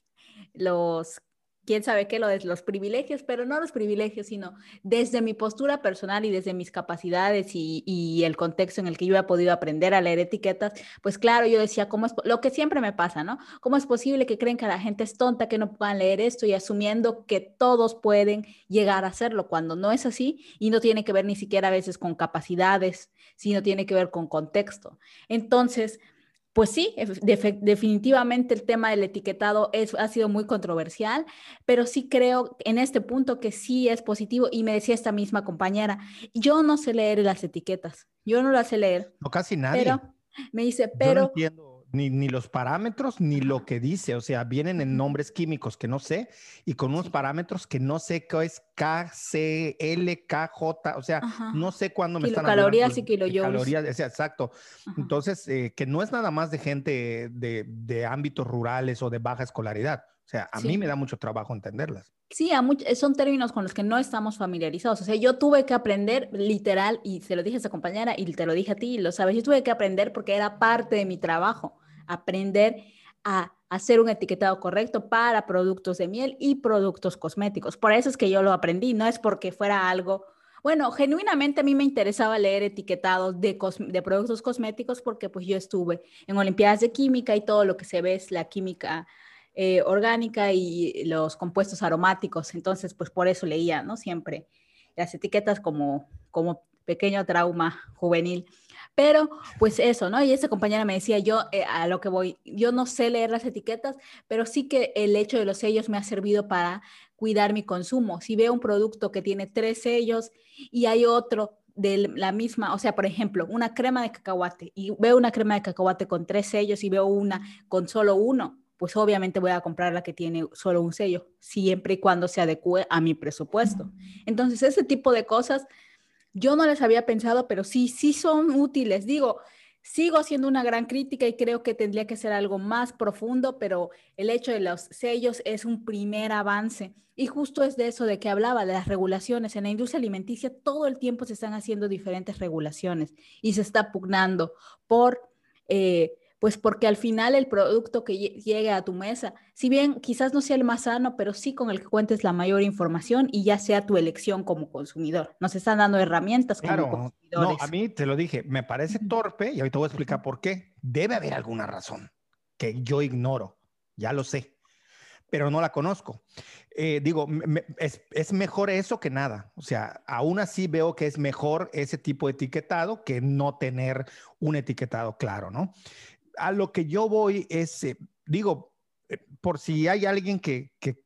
los, quién sabe qué, lo de los privilegios, pero no los privilegios, sino desde mi postura personal y desde mis capacidades y, y el contexto en el que yo he podido aprender a leer etiquetas, pues claro, yo decía, ¿cómo es lo que siempre me pasa, ¿no? ¿Cómo es posible que creen que la gente es tonta, que no puedan leer esto y asumiendo que todos pueden llegar a hacerlo cuando no es así y no tiene que ver ni siquiera a veces con capacidades, sino tiene que ver con contexto? Entonces, pues sí, definitivamente el tema del etiquetado es, ha sido muy controversial, pero sí creo en este punto que sí es positivo. Y me decía esta misma compañera, yo no sé leer las etiquetas, yo no las sé leer, No, casi nadie. pero me dice, Yo no pero, entiendo ni, ni los parámetros ni lo que dice. O sea, vienen en nombres químicos que no sé y con unos sí, parámetros que no sé qué es K, C, L, K, J. O sea, no ajá, sé cuándo me están hablando kilocalorías de, y de kilojoules. calorías. O sea, exacto. Ajá. Entonces, eh, que no es nada más de gente de, de ámbitos rurales o de baja escolaridad. O sea, a mí me Sí. da mucho trabajo entenderlas. Sí, a much- son términos con los que no estamos familiarizados. O sea, yo tuve que aprender literal, y se lo dije a esa compañera y te lo dije a ti, y lo sabes, yo tuve que aprender porque era parte de mi trabajo, aprender a hacer un etiquetado correcto para productos de miel y productos cosméticos. Por eso es que yo lo aprendí, no es porque fuera algo, bueno, genuinamente a mí me interesaba leer etiquetados de, cos- de productos cosméticos porque pues yo estuve en Olimpiadas de Química y todo lo que se ve es la química eh, orgánica y los compuestos aromáticos. Entonces, pues por eso leía, ¿no? Siempre las etiquetas como, como pequeño trauma juvenil. Pero, pues eso, ¿no? Y esta compañera me decía, yo eh, a lo que voy, yo no sé leer las etiquetas, pero sí que el hecho de los sellos me ha servido para cuidar mi consumo. Si veo un producto que tiene tres sellos y hay otro de la misma, o sea, por ejemplo, una crema de cacahuate y veo una crema de cacahuate con tres sellos y veo una con solo uno, pues obviamente voy a comprar la que tiene solo un sello, siempre y cuando se adecue a mi presupuesto. Entonces, ese tipo de cosas yo no les había pensado, pero sí, sí son útiles. Digo, sigo haciendo una gran crítica y creo que tendría que ser algo más profundo, pero el hecho de los sellos es un primer avance. Y justo es de eso de que hablaba, de las regulaciones. En la industria alimenticia todo el tiempo se están haciendo diferentes regulaciones y se está pugnando por eh, pues porque al final el producto que llegue a tu mesa, si bien quizás no sea el más sano, pero sí con el que cuentes la mayor información y ya sea tu elección como consumidor. Nos están dando herramientas como Claro, no, a consumidores. mí te lo dije, me parece Ujú. torpe y ahorita voy a explicar por qué. Debe haber alguna razón que yo ignoro, ya lo sé, pero no la conozco. Eh, digo, me, es, es mejor eso que nada. O sea, aún así veo que es mejor ese tipo de etiquetado que no tener un etiquetado claro, ¿no? A lo que yo voy es, eh, digo, eh, por si hay alguien que, que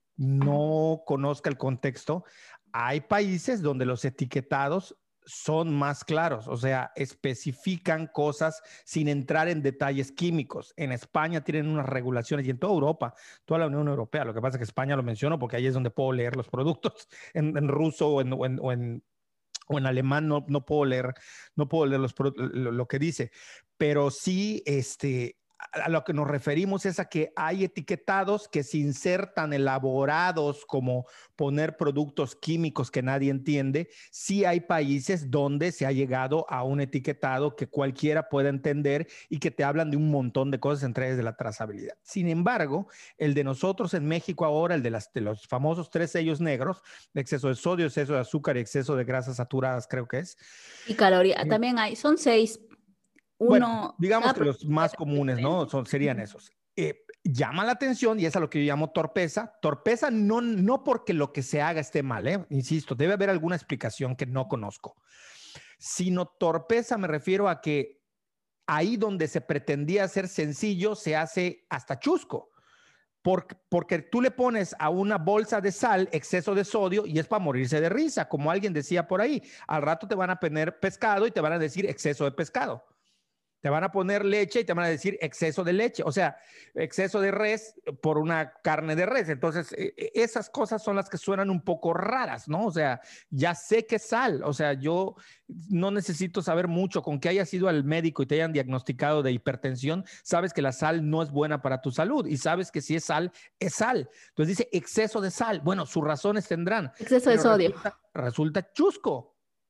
no conozca el contexto, hay países donde los etiquetados son más claros, o sea, especifican cosas sin entrar en detalles químicos. En España tienen unas regulaciones y en toda Europa, toda la Unión Europea. Lo que pasa es que España lo menciono porque ahí es donde puedo leer los productos en, en ruso o en, o en, o en o en alemán no, no puedo leer, no puedo leer los, lo, lo que dice, pero sí, este, a lo que nos referimos es a que hay etiquetados que sin ser tan elaborados como poner productos químicos que nadie entiende, sí hay países donde se ha llegado a un etiquetado que cualquiera pueda entender y que te hablan de un montón de cosas entre ellas de la trazabilidad. Sin embargo, el de nosotros en México ahora, el de, las, de los famosos tres sellos negros, de exceso de sodio, exceso de azúcar y exceso de grasas saturadas, creo que es. Y calorías, también hay, son seis, Bueno, Uno, digamos cada que los producto más es comunes, ¿no? diferente. Son, serían Ujú. esos. Eh, llama la atención y es a lo que yo llamo torpeza. Torpeza no, no porque lo que se haga esté mal, ¿eh? Insisto, debe haber alguna explicación que no conozco. Sino torpeza me refiero a que ahí donde se pretendía hacer sencillo se hace hasta chusco. Porque, porque tú le pones a una bolsa de sal exceso de sodio y es para morirse de risa, como alguien decía por ahí. Al rato te van a poner pescado y te van a decir exceso de pescado. Te van a poner leche y te van a decir exceso de leche, o sea, exceso de res por una carne de res. Entonces, eh, esas cosas son las que suenan un poco raras, ¿no? O sea, ya sé que es sal, o sea, yo no necesito saber mucho, con que hayas ido al médico y te hayan diagnosticado de hipertensión, sabes que la sal no es buena para tu salud y sabes que si es sal, es sal. Entonces dice exceso de sal, bueno, sus razones tendrán, Exceso de pero sodio. resulta, resulta chusco.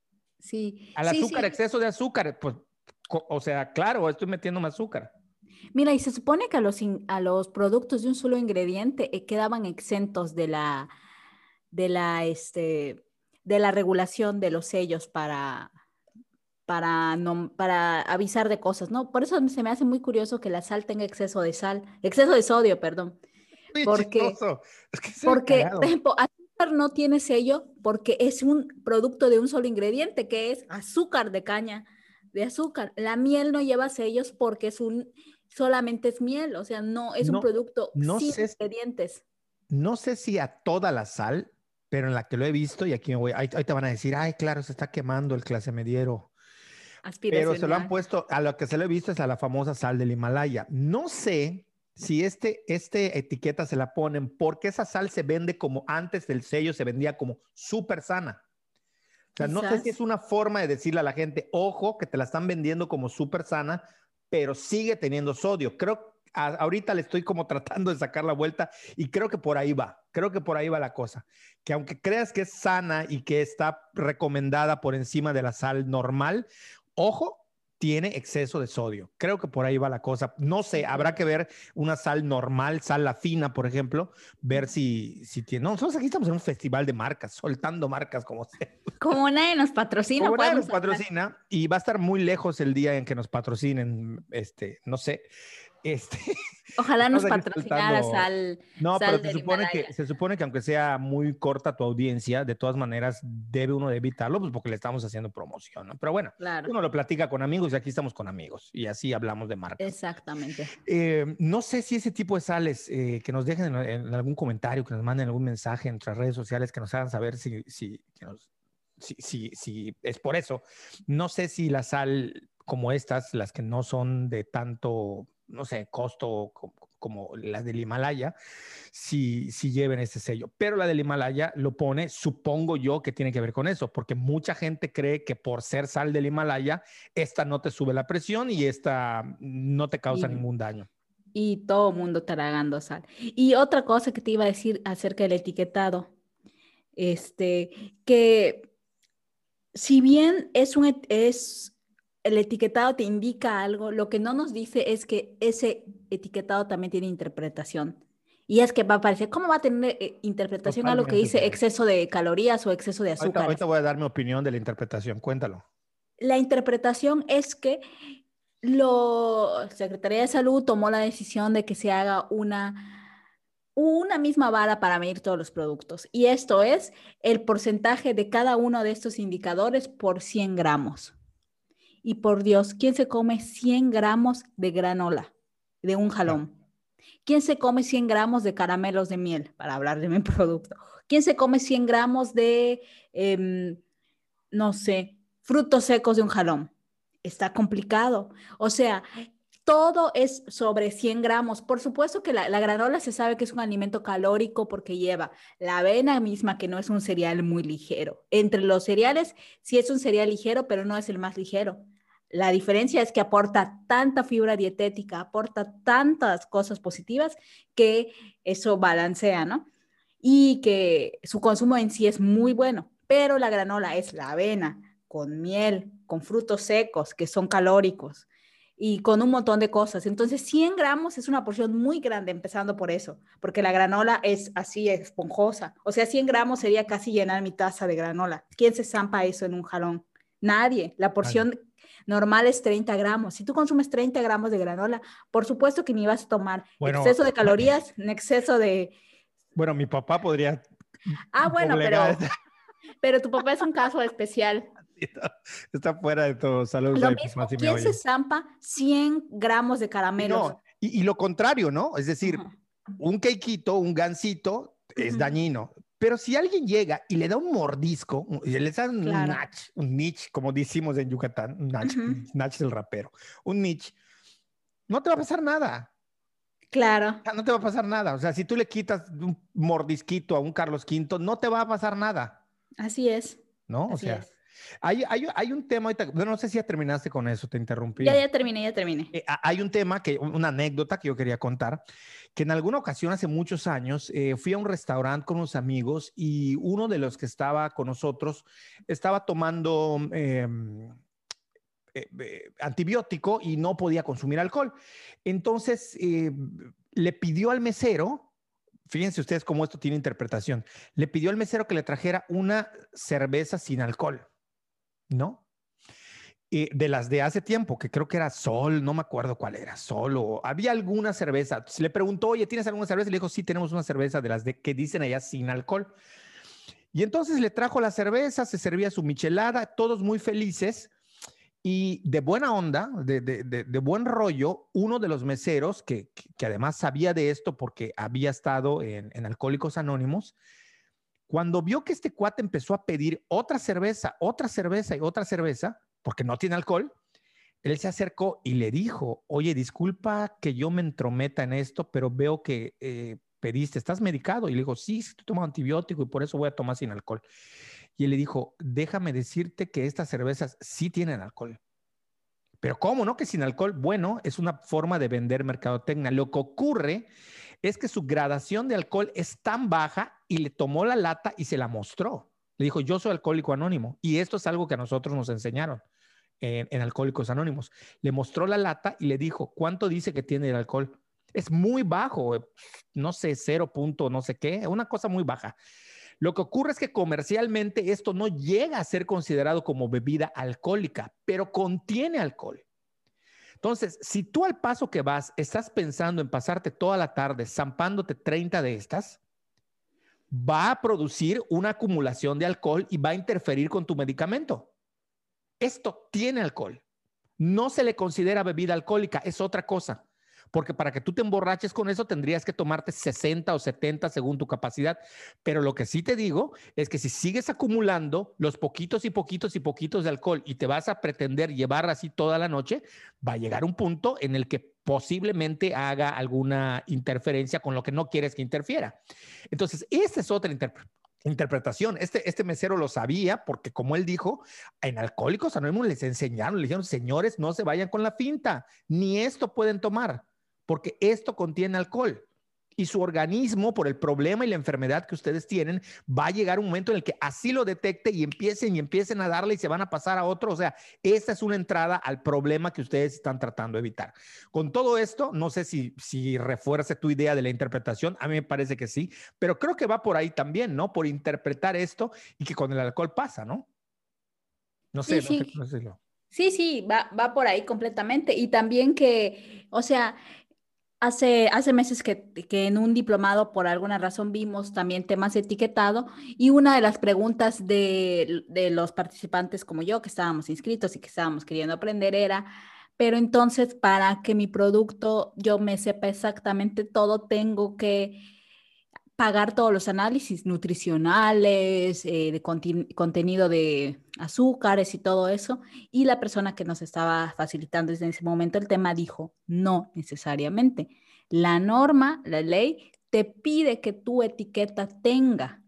Sí, Al sí, azúcar, sí. exceso de azúcar, pues, o sea, claro, estoy metiendo más azúcar. Mira, y se supone que a los, in- a los productos de un solo ingrediente eh, quedaban exentos de la, de la, este, de la regulación de los sellos para, para, no, para avisar de cosas, ¿no? Por eso se me hace muy curioso que la sal tenga exceso de sal, exceso de sodio, perdón, Muy porque, chistoso. Es que se ve porque, por cagado. ejemplo, azúcar no tiene sello porque es un producto de un solo ingrediente, que es azúcar de caña de azúcar. La miel no lleva sellos porque es un, solamente es miel, o sea, no es un No, producto no sin sé, ingredientes. no sé si a toda la sal, pero en la que lo he visto, y aquí me voy, ahí, ahí te van a decir, ay, claro, se está quemando el clase mediero. Pero se lo han Aspiracional. puesto, a lo que se lo he visto es a la famosa sal del Himalaya. No sé si este, este etiqueta se la ponen porque esa sal se vende como antes del sello, se vendía como súper sana. O sea, no sé si es Quizás. una forma de decirle a la gente, ojo, que te la están vendiendo como súper sana, pero sigue teniendo sodio. Creo, a, ahorita le estoy como tratando de sacar la vuelta y creo que por ahí va, creo que por ahí va la cosa. Que aunque creas que es sana y que está recomendada por encima de la sal normal, ojo, tiene exceso de sodio. Creo que por ahí va la cosa. No sé, habrá Entiendo. que ver una sal normal, sal la fina, por ejemplo, ver si, si tiene. No, nosotros aquí estamos en un festival de marcas, soltando marcas como sea. Como nadie nos patrocina, Como nadie nos podemos hablar. patrocina y va a estar muy lejos el día en que nos patrocinen, este, no sé, este, Ojalá estamos nos aquí patrocinara saltando. sal, No, pero sal se del supone que, Himalaya. se supone que aunque sea muy corta tu audiencia, de todas maneras debe uno de evitarlo, pues porque le estamos haciendo promoción, ¿no? Pero bueno, Claro, uno lo platica con amigos y aquí estamos con amigos y así hablamos de marcas. exactamente. Eh, no sé si ese tipo de sales, eh, que nos dejen en, en algún comentario, que nos manden algún mensaje en nuestras redes sociales, que nos hagan saber si, si, que nos, si, si, si es por eso. No sé si la sal como estas, las que no son de tanto, no sé, costo como, como las del Himalaya, si, si lleven ese sello. Pero la del Himalaya lo pone, supongo yo que tiene que ver con eso, porque mucha gente cree que por ser sal del Himalaya, esta no te sube la presión y esta no te causa Y, ningún daño. y todo mundo tragando sal. Y otra cosa que te iba a decir acerca del etiquetado, este, que si bien es un, et- es, el etiquetado te indica algo, lo que no nos dice es que ese etiquetado también tiene interpretación. Y es que va a parecer, ¿cómo va a tener eh, interpretación a lo que Totalmente, dice Sofía. exceso de calorías o exceso de Ahorita, ahorita azúcares? voy a dar mi opinión de la interpretación. Cuéntalo. La interpretación es que la Secretaría de Salud tomó la decisión de que se haga una, una misma vara para medir todos los productos. Y esto es el porcentaje de cada uno de estos indicadores por cien gramos. Y por Dios, ¿quién se come cien gramos de granola, de un Claro. jalón? ¿Quién se come cien gramos de caramelos de miel, para hablar de mi producto? ¿Quién se come cien gramos de, eh, no sé, frutos secos de un jalón? Está complicado. O sea, todo es sobre cien gramos. Por supuesto que la, la, granola se sabe que es un alimento calórico porque lleva la avena misma, que no es un cereal muy ligero. Entre los cereales, sí es un cereal ligero, pero no es el más ligero. La diferencia es que aporta tanta fibra dietética, aporta tantas cosas positivas que eso balancea, ¿no? Y que su consumo en sí es muy bueno, pero la granola es la avena con miel, con frutos secos que son calóricos y con un montón de cosas. Entonces, cien gramos es una porción muy grande, empezando por eso, porque la granola es así esponjosa. O sea, cien gramos sería casi llenar mi taza de granola. ¿Quién se zampa eso en un jalón? Nadie. La Vale. porción normal es treinta gramos. Si tú consumes treinta gramos de granola, por supuesto que ni vas a tomar Bueno, exceso de calorías, ni exceso de... bueno, mi papá podría Ah, bueno, doblegar. pero, pero tu papá es un caso especial. Está fuera de todo. Saludos Lo a mi mismo, papá si me ¿quién se oye. zampa cien gramos de Y caramelos? no, y, y lo contrario, ¿no? Es decir, Ajá. un quequito, un gansito es Ujú. dañino. Pero si alguien llega y le da un mordisco, y le da un Claro. nach, un niche, como decimos en Yucatán, un nach, Ujú. nach es el rapero, un niche, no te va a pasar nada. Claro, No te va a pasar nada. O sea, si tú le quitas un mordisquito a un Carlos Quinto, no te va a pasar nada, así es, ¿no? O así sea, es. hay, hay, hay un tema ahorita, bueno, no sé si ya terminaste con eso, te Ya, interrumpí. ya terminé, ya terminé. Eh, hay un tema, que, una anécdota que yo quería contar, que en alguna ocasión hace muchos años eh, fui a un restaurante con unos amigos y uno de los que estaba con nosotros estaba tomando eh, eh, eh, antibiótico y no podía consumir alcohol. Entonces eh, le pidió al mesero, fíjense ustedes cómo esto tiene interpretación, le pidió al mesero que le trajera una cerveza sin alcohol, ¿no? Eh, de las de hace tiempo, que creo que era Sol, no me acuerdo cuál era, Sol o había alguna cerveza. Se le preguntó, oye, ¿tienes alguna cerveza? Y le dijo, sí, tenemos una cerveza de las de que dicen allá sin alcohol. Y entonces le trajo la cerveza, se servía su michelada, todos muy felices y de buena onda, de, de, de, de buen rollo, uno de los meseros, que, que, que además sabía de esto porque había estado en, en Alcohólicos Anónimos, cuando vio que este cuate empezó a pedir otra cerveza, otra cerveza y otra cerveza, porque no tiene alcohol, él se acercó y le dijo, oye, disculpa que yo me entrometa en esto, pero veo que eh, pediste, ¿estás medicado? Y le dijo, sí, estoy tomando antibiótico y por eso voy a tomar sin alcohol. Y él le dijo, déjame decirte que estas cervezas sí tienen alcohol. Pero ¿cómo no? Que sin alcohol, bueno, es una forma de vender mercadotecnia. Lo que ocurre es que su gradación de alcohol es tan baja y le tomó la lata y se la mostró. Le dijo, yo soy alcohólico anónimo. Y esto es algo que a nosotros nos enseñaron en, en Alcohólicos Anónimos. Le mostró la lata y le dijo, ¿cuánto dice que tiene el alcohol? Es muy bajo, no sé, cero punto no sé qué, una cosa muy baja. Lo que ocurre es que comercialmente esto no llega a ser considerado como bebida alcohólica, pero contiene alcohol. Entonces, si tú al paso que vas estás pensando en pasarte toda la tarde zampándote treinta de estas, va a producir una acumulación de alcohol y va a interferir con tu medicamento. Esto tiene alcohol. No se le considera bebida alcohólica, es otra cosa. Porque para que tú te emborraches con eso tendrías que tomarte sesenta o setenta según tu capacidad. Pero lo que sí te digo es que si sigues acumulando los poquitos y poquitos y poquitos de alcohol y te vas a pretender llevar así toda la noche, va a llegar un punto en el que posiblemente haga alguna interferencia con lo que no quieres que interfiera. Entonces, esta es otra interpretación. Interpretación. Este, este mesero lo sabía porque, como él dijo, en Alcohólicos Anónimos les enseñaron, le dijeron, señores, no se vayan con la finta, ni esto pueden tomar, porque esto contiene alcohol. Y su organismo, por el problema y la enfermedad que ustedes tienen, va a llegar un momento en el que así lo detecte y empiecen y empiecen a darle y se van a pasar a otro. O sea, esta es una entrada al problema que ustedes están tratando de evitar. Con todo esto, no sé si, si refuerce tu idea de la interpretación, a mí me parece que sí, pero creo que va por ahí también, ¿no? Por interpretar esto y que con el alcohol pasa, ¿no? No sé, Sí, no sé sí, cómo decirlo. sí, sí, va, va por ahí completamente. Y también que, o sea, hace, hace meses que, que en un diplomado por alguna razón vimos también temas de etiquetado y una de las preguntas de, de los participantes como yo, que estábamos inscritos y que estábamos queriendo aprender era, pero entonces para que mi producto yo me sepa exactamente todo, tengo que pagar todos los análisis nutricionales, eh, de conti- contenido de azúcares y todo eso. Y la persona que nos estaba facilitando desde ese momento el tema dijo, no necesariamente. La norma, la ley, te pide que tu etiqueta tenga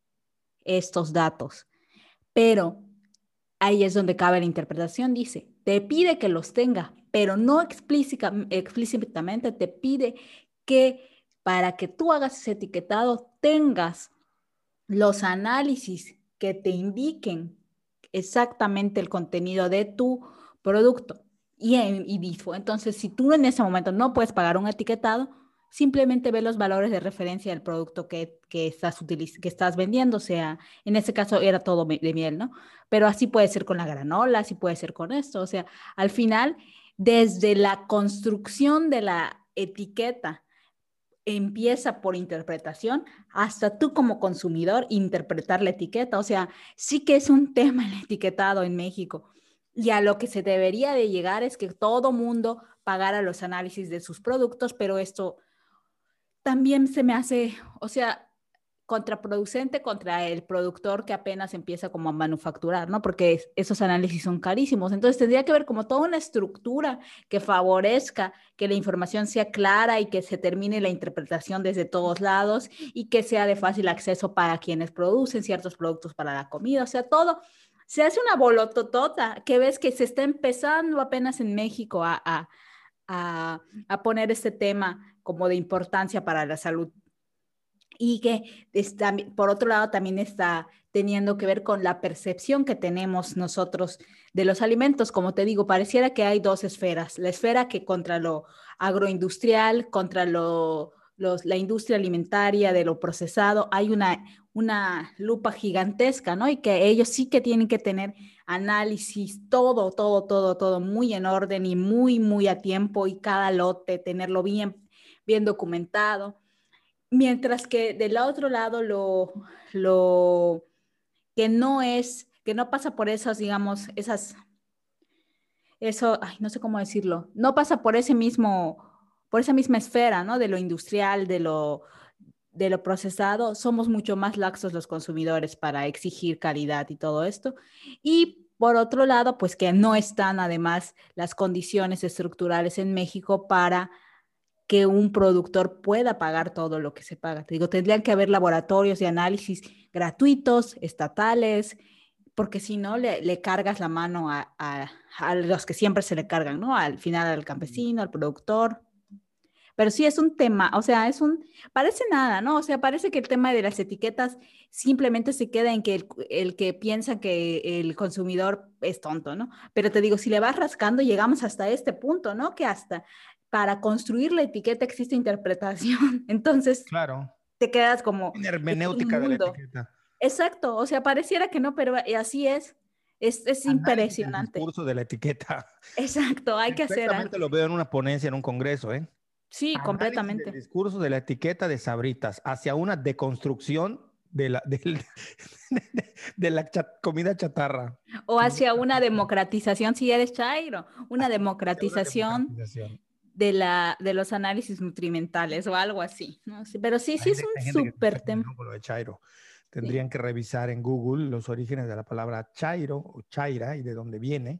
estos datos, pero ahí es donde cabe la interpretación, dice, te pide que los tenga, pero no explícita, explícitamente te pide que para que tú hagas ese etiquetado tengas los análisis que te indiquen exactamente el contenido de tu producto. Y, y dijo, entonces, si tú en ese momento no puedes pagar un etiquetado, simplemente ve los valores de referencia del producto que, que, estás, utiliz que estás vendiendo, o sea, en este caso era todo de miel, ¿no? Pero así puede ser con la granola, así puede ser con esto, o sea, al final, desde la construcción de la etiqueta, empieza por interpretación, hasta tú como consumidor interpretar la etiqueta. O sea, sí que es un tema el etiquetado en México. Y a lo que se debería de llegar es que todo mundo pagara los análisis de sus productos, pero esto también se me hace, o sea, contraproducente contra el productor que apenas empieza como a manufacturar, ¿no? Porque esos análisis son carísimos. Entonces tendría que haber como toda una estructura que favorezca que la información sea clara y que se termine la interpretación desde todos lados y que sea de fácil acceso para quienes producen ciertos productos para la comida. O sea, todo se hace una bolototota que ves que se está empezando apenas en México a, a, a, a poner este tema como de importancia para la salud y que está, por otro lado también está teniendo que ver con la percepción que tenemos nosotros de los alimentos. Como te digo, pareciera que hay dos esferas, la esfera que contra lo agroindustrial, contra lo, los, la industria alimentaria, de lo procesado, hay una, una lupa gigantesca, ¿no? Y que ellos sí que tienen que tener análisis, todo, todo, todo, todo muy en orden y muy, muy a tiempo y cada lote, tenerlo bien, bien documentado. Mientras que del otro lado lo, lo que no es, que no pasa por esas, digamos, esas, eso, ay, no sé cómo decirlo, no pasa por ese mismo, por esa misma esfera, ¿no? De lo industrial, de lo, de lo procesado, somos mucho más laxos los consumidores para exigir calidad y todo esto. Y por otro lado, pues que no están además las condiciones estructurales en México para que un productor pueda pagar todo lo que se paga. Te digo, tendrían que haber laboratorios de análisis gratuitos, estatales, porque si no le, le cargas la mano a, a, a, los que siempre se le cargan, ¿no? Al final al campesino, al productor. Pero sí es un tema, o sea, es un, parece nada, ¿no? O sea, parece que el tema de las etiquetas simplemente se queda en que el, el que piensa que el consumidor es tonto, ¿no? Pero te digo, si le vas rascando, llegamos hasta este punto, ¿no? Que hasta para construir la etiqueta existe interpretación. Entonces, Claro. te quedas como En en un hermenéutica de la mundo. etiqueta. Exacto, o sea, pareciera que no, pero así es. Es, es Análisis del impresionante. discurso de la etiqueta. Exacto, hay que hacer Perfectamente algo. lo veo en una ponencia en un congreso, ¿eh? Sí, Análisis del completamente. discurso de la etiqueta de Sabritas hacia una deconstrucción de la, del- de la cha- comida chatarra. O Que hacia una democratización, si eres Chairo, una hacia una democratización democratización. de, la, de los análisis nutrimentales o algo así, ¿no? Sí, pero sí, sí Hay, es de- un hay gente que se súper ofende, tema. ¿no? Con lo de Chairo. Sí. Tendrían que revisar en Google los orígenes de la palabra Chairo o Chaira y de dónde viene.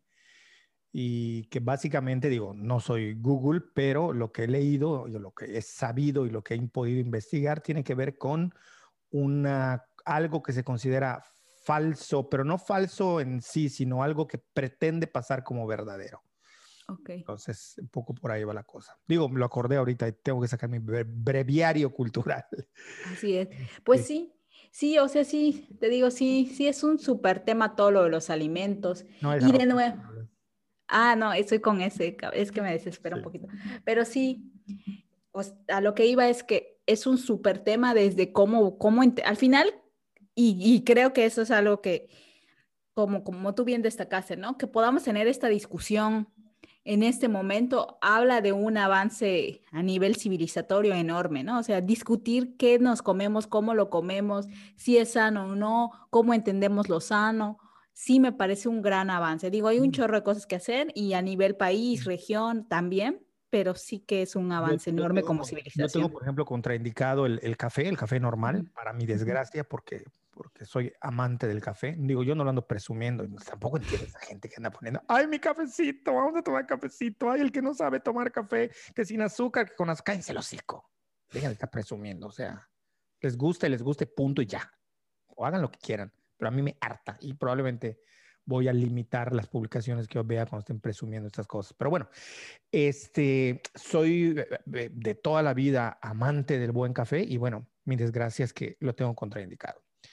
Y que básicamente digo, no soy Google, pero lo que he leído, y lo que he sabido y lo que he podido investigar tiene que ver con una, algo que se considera falso, pero no falso en sí, sino algo que pretende pasar como verdadero. Ok, Entonces, un poco por ahí va la cosa. Digo, me lo acordé ahorita y tengo que sacar mi bre- breviario cultural. así es. Pues Este, sí, sí, o sea, sí, te digo, sí, sí es un súper tema todo lo de los alimentos. no, es Y arroz de con nuevo, frijoles. ah, no, estoy con ese, ca- es que me desespera un Sí. poquito. Pero sí, o s- a lo que iba es que es un súper tema desde cómo, cómo, ent- al final, y, y creo que eso es algo que como, como tú bien destacaste, ¿no? Que podamos tener esta discusión en este momento habla de un avance a nivel civilizatorio enorme, ¿no? O sea, discutir qué nos comemos, cómo lo comemos, si es sano o no, cómo entendemos lo sano, sí me parece un gran avance. Digo, hay un chorro de cosas que hacer y a nivel país, región también, pero sí que es un Yo, avance yo enorme tengo, como con- yo tengo, civilización. por ejemplo, contraindicado el, el café, el café normal, Ujú, para mi ujú. desgracia, porque, porque soy amante del café. Digo, yo no lo ando presumiendo, y tampoco entiendo esa gente que anda poniendo, ay, mi cafecito, vamos a tomar cafecito, ay, el que no sabe tomar café, que sin azúcar, que con azúcar, cállense el hocico. Dejen de estar presumiendo, o sea, les gusta y les guste, punto y ya. O hagan lo que quieran, pero a mí me harta y probablemente voy a limitar las publicaciones que yo vea cuando estén presumiendo estas cosas. Pero bueno, este, soy de, de toda la vida amante del buen café y bueno, mi desgracia es que lo tengo contraindicado.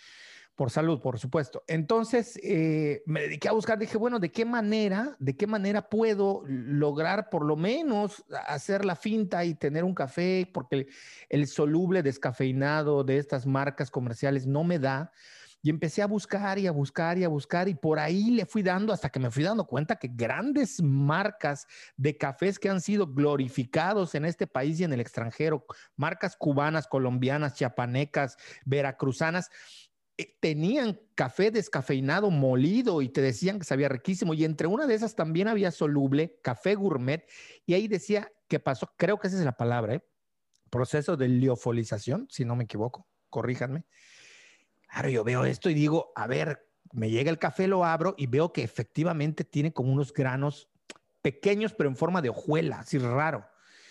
Por salud, por supuesto. Entonces eh, me dediqué a buscar, dije, bueno, ¿de qué manera, de qué manera puedo lograr por lo menos hacer la finta y tener un café? Porque el, el soluble descafeinado de estas marcas comerciales no me da. Y empecé a buscar y a buscar y a buscar y por ahí le fui dando hasta que me fui dando cuenta que grandes marcas de cafés que han sido glorificados en este país y en el extranjero, marcas cubanas, colombianas, chiapanecas, veracruzanas, eh, tenían café descafeinado molido y te decían que sabía riquísimo. Y entre una de esas también había soluble, café gourmet, y ahí decía qué pasó, creo que esa es la palabra, ¿eh? Proceso de liofolización, si no me equivoco, corríjanme. Claro, yo veo esto y digo, a ver, me llega el café, lo abro y veo que efectivamente tiene como unos granos pequeños, pero en forma de hojuela, así raro.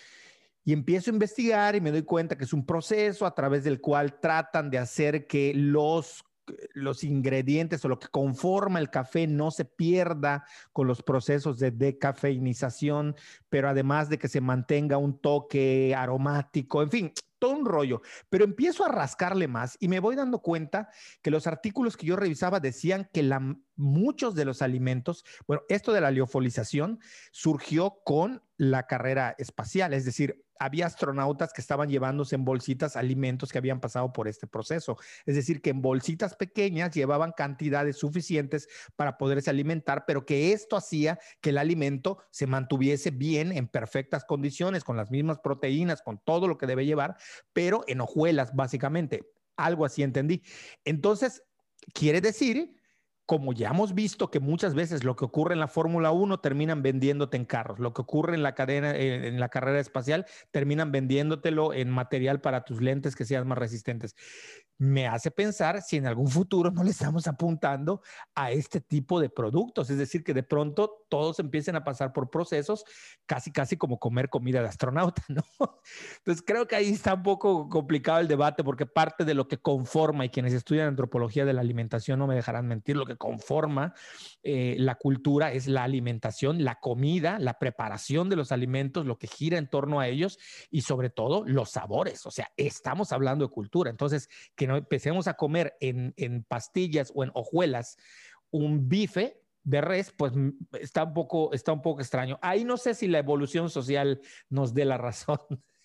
Y empiezo a investigar y me doy cuenta que es un proceso a través del cual tratan de hacer que los, los ingredientes o lo que conforma el café no se pierda con los procesos de decafeinización, pero además de que se mantenga un toque aromático, en fin, todo un rollo. Pero empiezo a rascarle más y me voy dando cuenta que los artículos que yo revisaba decían que la, muchos de los alimentos, bueno, esto de la liofolización surgió con la carrera espacial, es decir, había astronautas que estaban llevándose en bolsitas alimentos que habían pasado por este proceso. Es decir, que en bolsitas pequeñas llevaban cantidades suficientes para poderse alimentar, pero que esto hacía que el alimento se mantuviese bien, en perfectas condiciones, con las mismas proteínas, con todo lo que debe llevar, pero en hojuelas, básicamente. Algo así entendí. Entonces, quiere decir, como ya hemos visto que muchas veces lo que ocurre en la Fórmula uno terminan vendiéndote en carros, lo que ocurre en la cadena, en la carrera espacial, terminan vendiéndotelo en material para tus lentes que sean más resistentes. Me hace pensar si en algún futuro no le estamos apuntando a este tipo de productos, es decir, que de pronto todos empiecen a pasar por procesos casi, casi como comer comida de astronauta, ¿no? Entonces creo que ahí está un poco complicado el debate porque parte de lo que conforma, y quienes estudian antropología de la alimentación no me dejarán mentir, lo que conforma eh, la cultura es la alimentación, la comida, la preparación de los alimentos, lo que gira en torno a ellos y sobre todo los sabores. O sea, estamos hablando de cultura. Entonces, que no empecemos a comer en, en pastillas o en hojuelas un bife de res, pues está un poco, está un poco extraño. Ahí no sé si la evolución social nos dé la razón.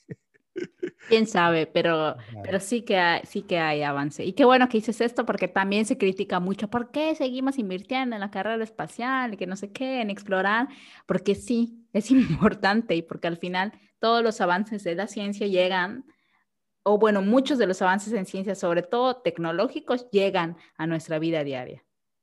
Quién sabe, pero, pero sí que hay, sí que hay avance. Y qué bueno que dices esto porque también se critica mucho. ¿Por qué seguimos invirtiendo en la carrera espacial y que no sé qué, en explorar? Porque sí, es importante y porque al final todos los avances de la ciencia llegan, o bueno, muchos de los avances en ciencia, sobre todo tecnológicos, llegan a nuestra vida diaria.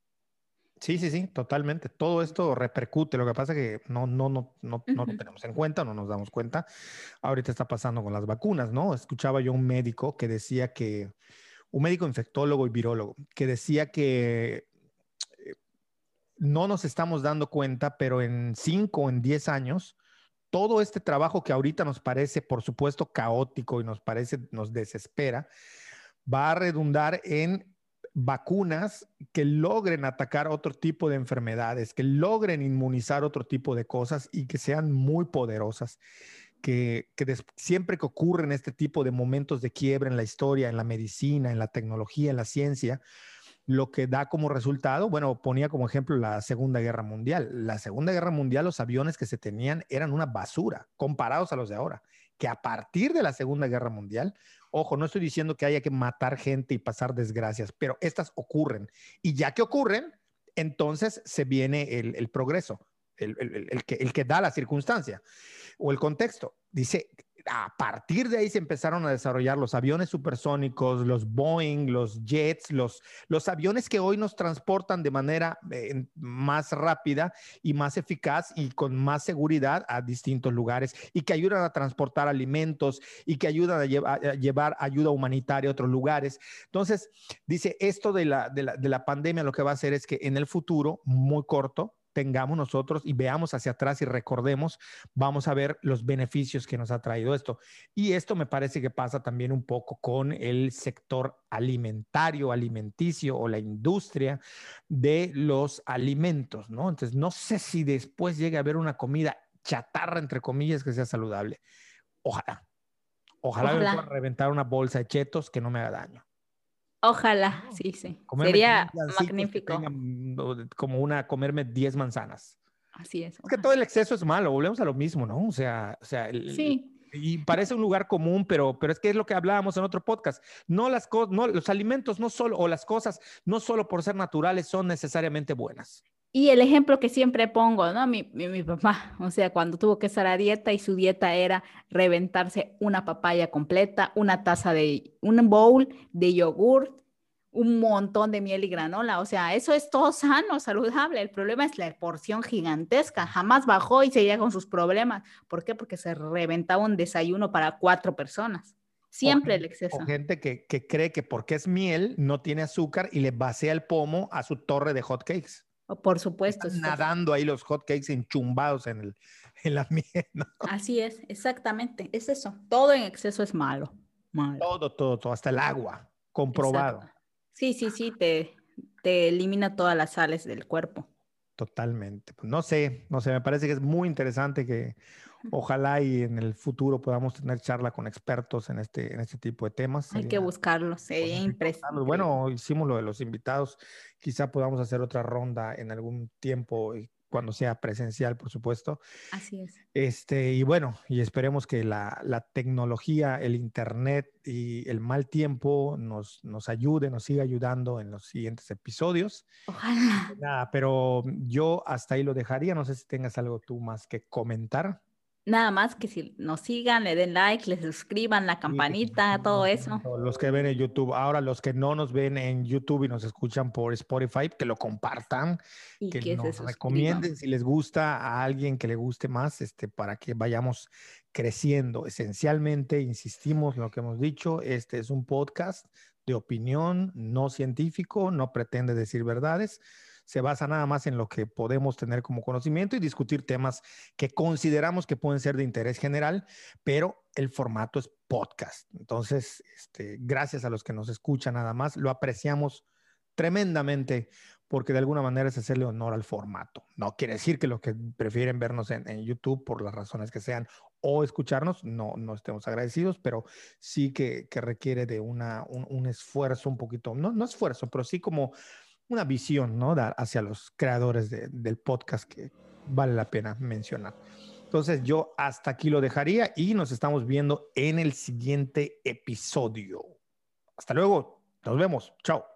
Sí, sí, sí, totalmente. Todo esto repercute. Lo que pasa es que no, no, no, no, no lo Ujú. tenemos en cuenta, no nos damos cuenta. Ahorita está pasando con las vacunas, ¿no? Escuchaba yo un médico que decía que, un médico infectólogo y virólogo, que decía que eh, no nos estamos dando cuenta, pero en cinco o en diez años, todo este trabajo que ahorita nos parece, por supuesto, caótico y nos parece, nos desespera, va a redundar en vacunas que logren atacar otro tipo de enfermedades, que logren inmunizar otro tipo de cosas y que sean muy poderosas. Que, que des, siempre que ocurren este tipo de momentos de quiebre en la historia, en la medicina, en la tecnología, en la ciencia, lo que da como resultado, bueno, ponía como ejemplo la Segunda Guerra Mundial. La Segunda Guerra Mundial, los aviones que se tenían eran una basura comparados a los de ahora. Que a partir de la Segunda Guerra Mundial, ojo, no estoy diciendo que haya que matar gente y pasar desgracias, pero estas ocurren. Y ya que ocurren, entonces se viene el, el progreso, el, el, el, que, el que da la circunstancia o el contexto. Dice, a partir de ahí se empezaron a desarrollar los aviones supersónicos, los Boeing, los jets, los, los aviones que hoy nos transportan de manera eh, más rápida y más eficaz y con más seguridad a distintos lugares y que ayudan a transportar alimentos y que ayudan a, lleva, a llevar ayuda humanitaria a otros lugares. Entonces, dice, esto de la, de, la, de la pandemia lo que va a hacer es que en el futuro, muy corto, tengamos nosotros y veamos hacia atrás y recordemos, vamos a ver los beneficios que nos ha traído esto. Y esto me parece que pasa también un poco con el sector alimentario, alimenticio o la industria de los alimentos, ¿no? Entonces, no sé si después llegue a haber una comida chatarra, entre comillas, que sea saludable. Ojalá. Ojalá me pueda Ojalá. reventar una bolsa de chetos que no me haga daño. Ojalá, No, sí, sí. comerme Sería quince gancitos que magnífico. tengan no, como una, comerme diez manzanas. Así es, Es que todo ojalá. el exceso es malo, volvemos a lo mismo, ¿no? O sea, o sea, el- Sí. y parece un lugar común, pero, pero es que es lo que hablábamos en otro podcast. No las cosas, no, los alimentos no solo, o las cosas, no solo por ser naturales son necesariamente buenas. Y el ejemplo que siempre pongo, ¿no? Mi, mi, mi papá, o sea, cuando tuvo que estar a dieta y su dieta era reventarse una papaya completa, una taza de, un bowl de yogur, un montón de miel y granola, o sea, eso es todo sano, saludable. El problema es la porción gigantesca, jamás bajó y seguía con sus problemas. ¿Por qué? Porque se reventaba un desayuno para cuatro personas. O, Siempre el gen- o exceso. gente que, que cree que porque es miel no tiene azúcar y le vacía el pomo a su torre de hot cakes. O por supuesto, Están eso. nadando ahí los hot cakes enchumbados en, el, en la miel, ¿no? Así es, exactamente, es eso. Todo en exceso es malo, malo. Todo, todo, todo, hasta el agua, Exacto. comprobado. Sí, sí, sí, te, te elimina todas las sales del cuerpo. Totalmente. Pues no sé, no sé, me parece que es muy interesante que ojalá y en el futuro podamos tener charla con expertos en este, en este tipo de temas. Hay que Sería buscarlo, sería bonito impres- encontrarlos. increíble. Bueno, hicimos lo de los invitados, quizá podamos hacer otra ronda en algún tiempo, y cuando sea presencial, por supuesto. Así es. Este, y bueno, y esperemos que la, la tecnología, el internet y el mal tiempo nos, nos ayude, nos siga ayudando en los siguientes episodios. Ojalá. Nada, pero yo hasta ahí lo dejaría. No sé si tengas algo tú más que comentar. Nada más que si nos sigan, le den like, les suscriban, la Y que campanita, todo eso. los que ven en YouTube, ahora los que no nos ven en YouTube y nos escuchan por Spotify, que lo compartan, Y que que se nos suscriban. recomienden si les gusta a alguien que le guste más, este, para que vayamos creciendo. Esencialmente, insistimos en lo que hemos dicho, este es un podcast de opinión, no científico, no pretende decir verdades, se basa nada más en lo que podemos tener como conocimiento y discutir temas que consideramos que pueden ser de interés general, pero el formato es podcast. Entonces, este, gracias a los que nos escuchan nada más, lo apreciamos tremendamente porque de alguna manera es hacerle honor al formato. No quiere decir que los que prefieren vernos en, en YouTube por las razones que sean o escucharnos, no, no estemos agradecidos, pero sí que, que requiere de una, un, un esfuerzo un poquito, no, no esfuerzo, pero sí como una visión, ¿no? Da, hacia los creadores de, del podcast que vale la pena mencionar. Entonces yo hasta aquí lo dejaría y nos estamos viendo en el siguiente episodio. Hasta luego, nos vemos, chao.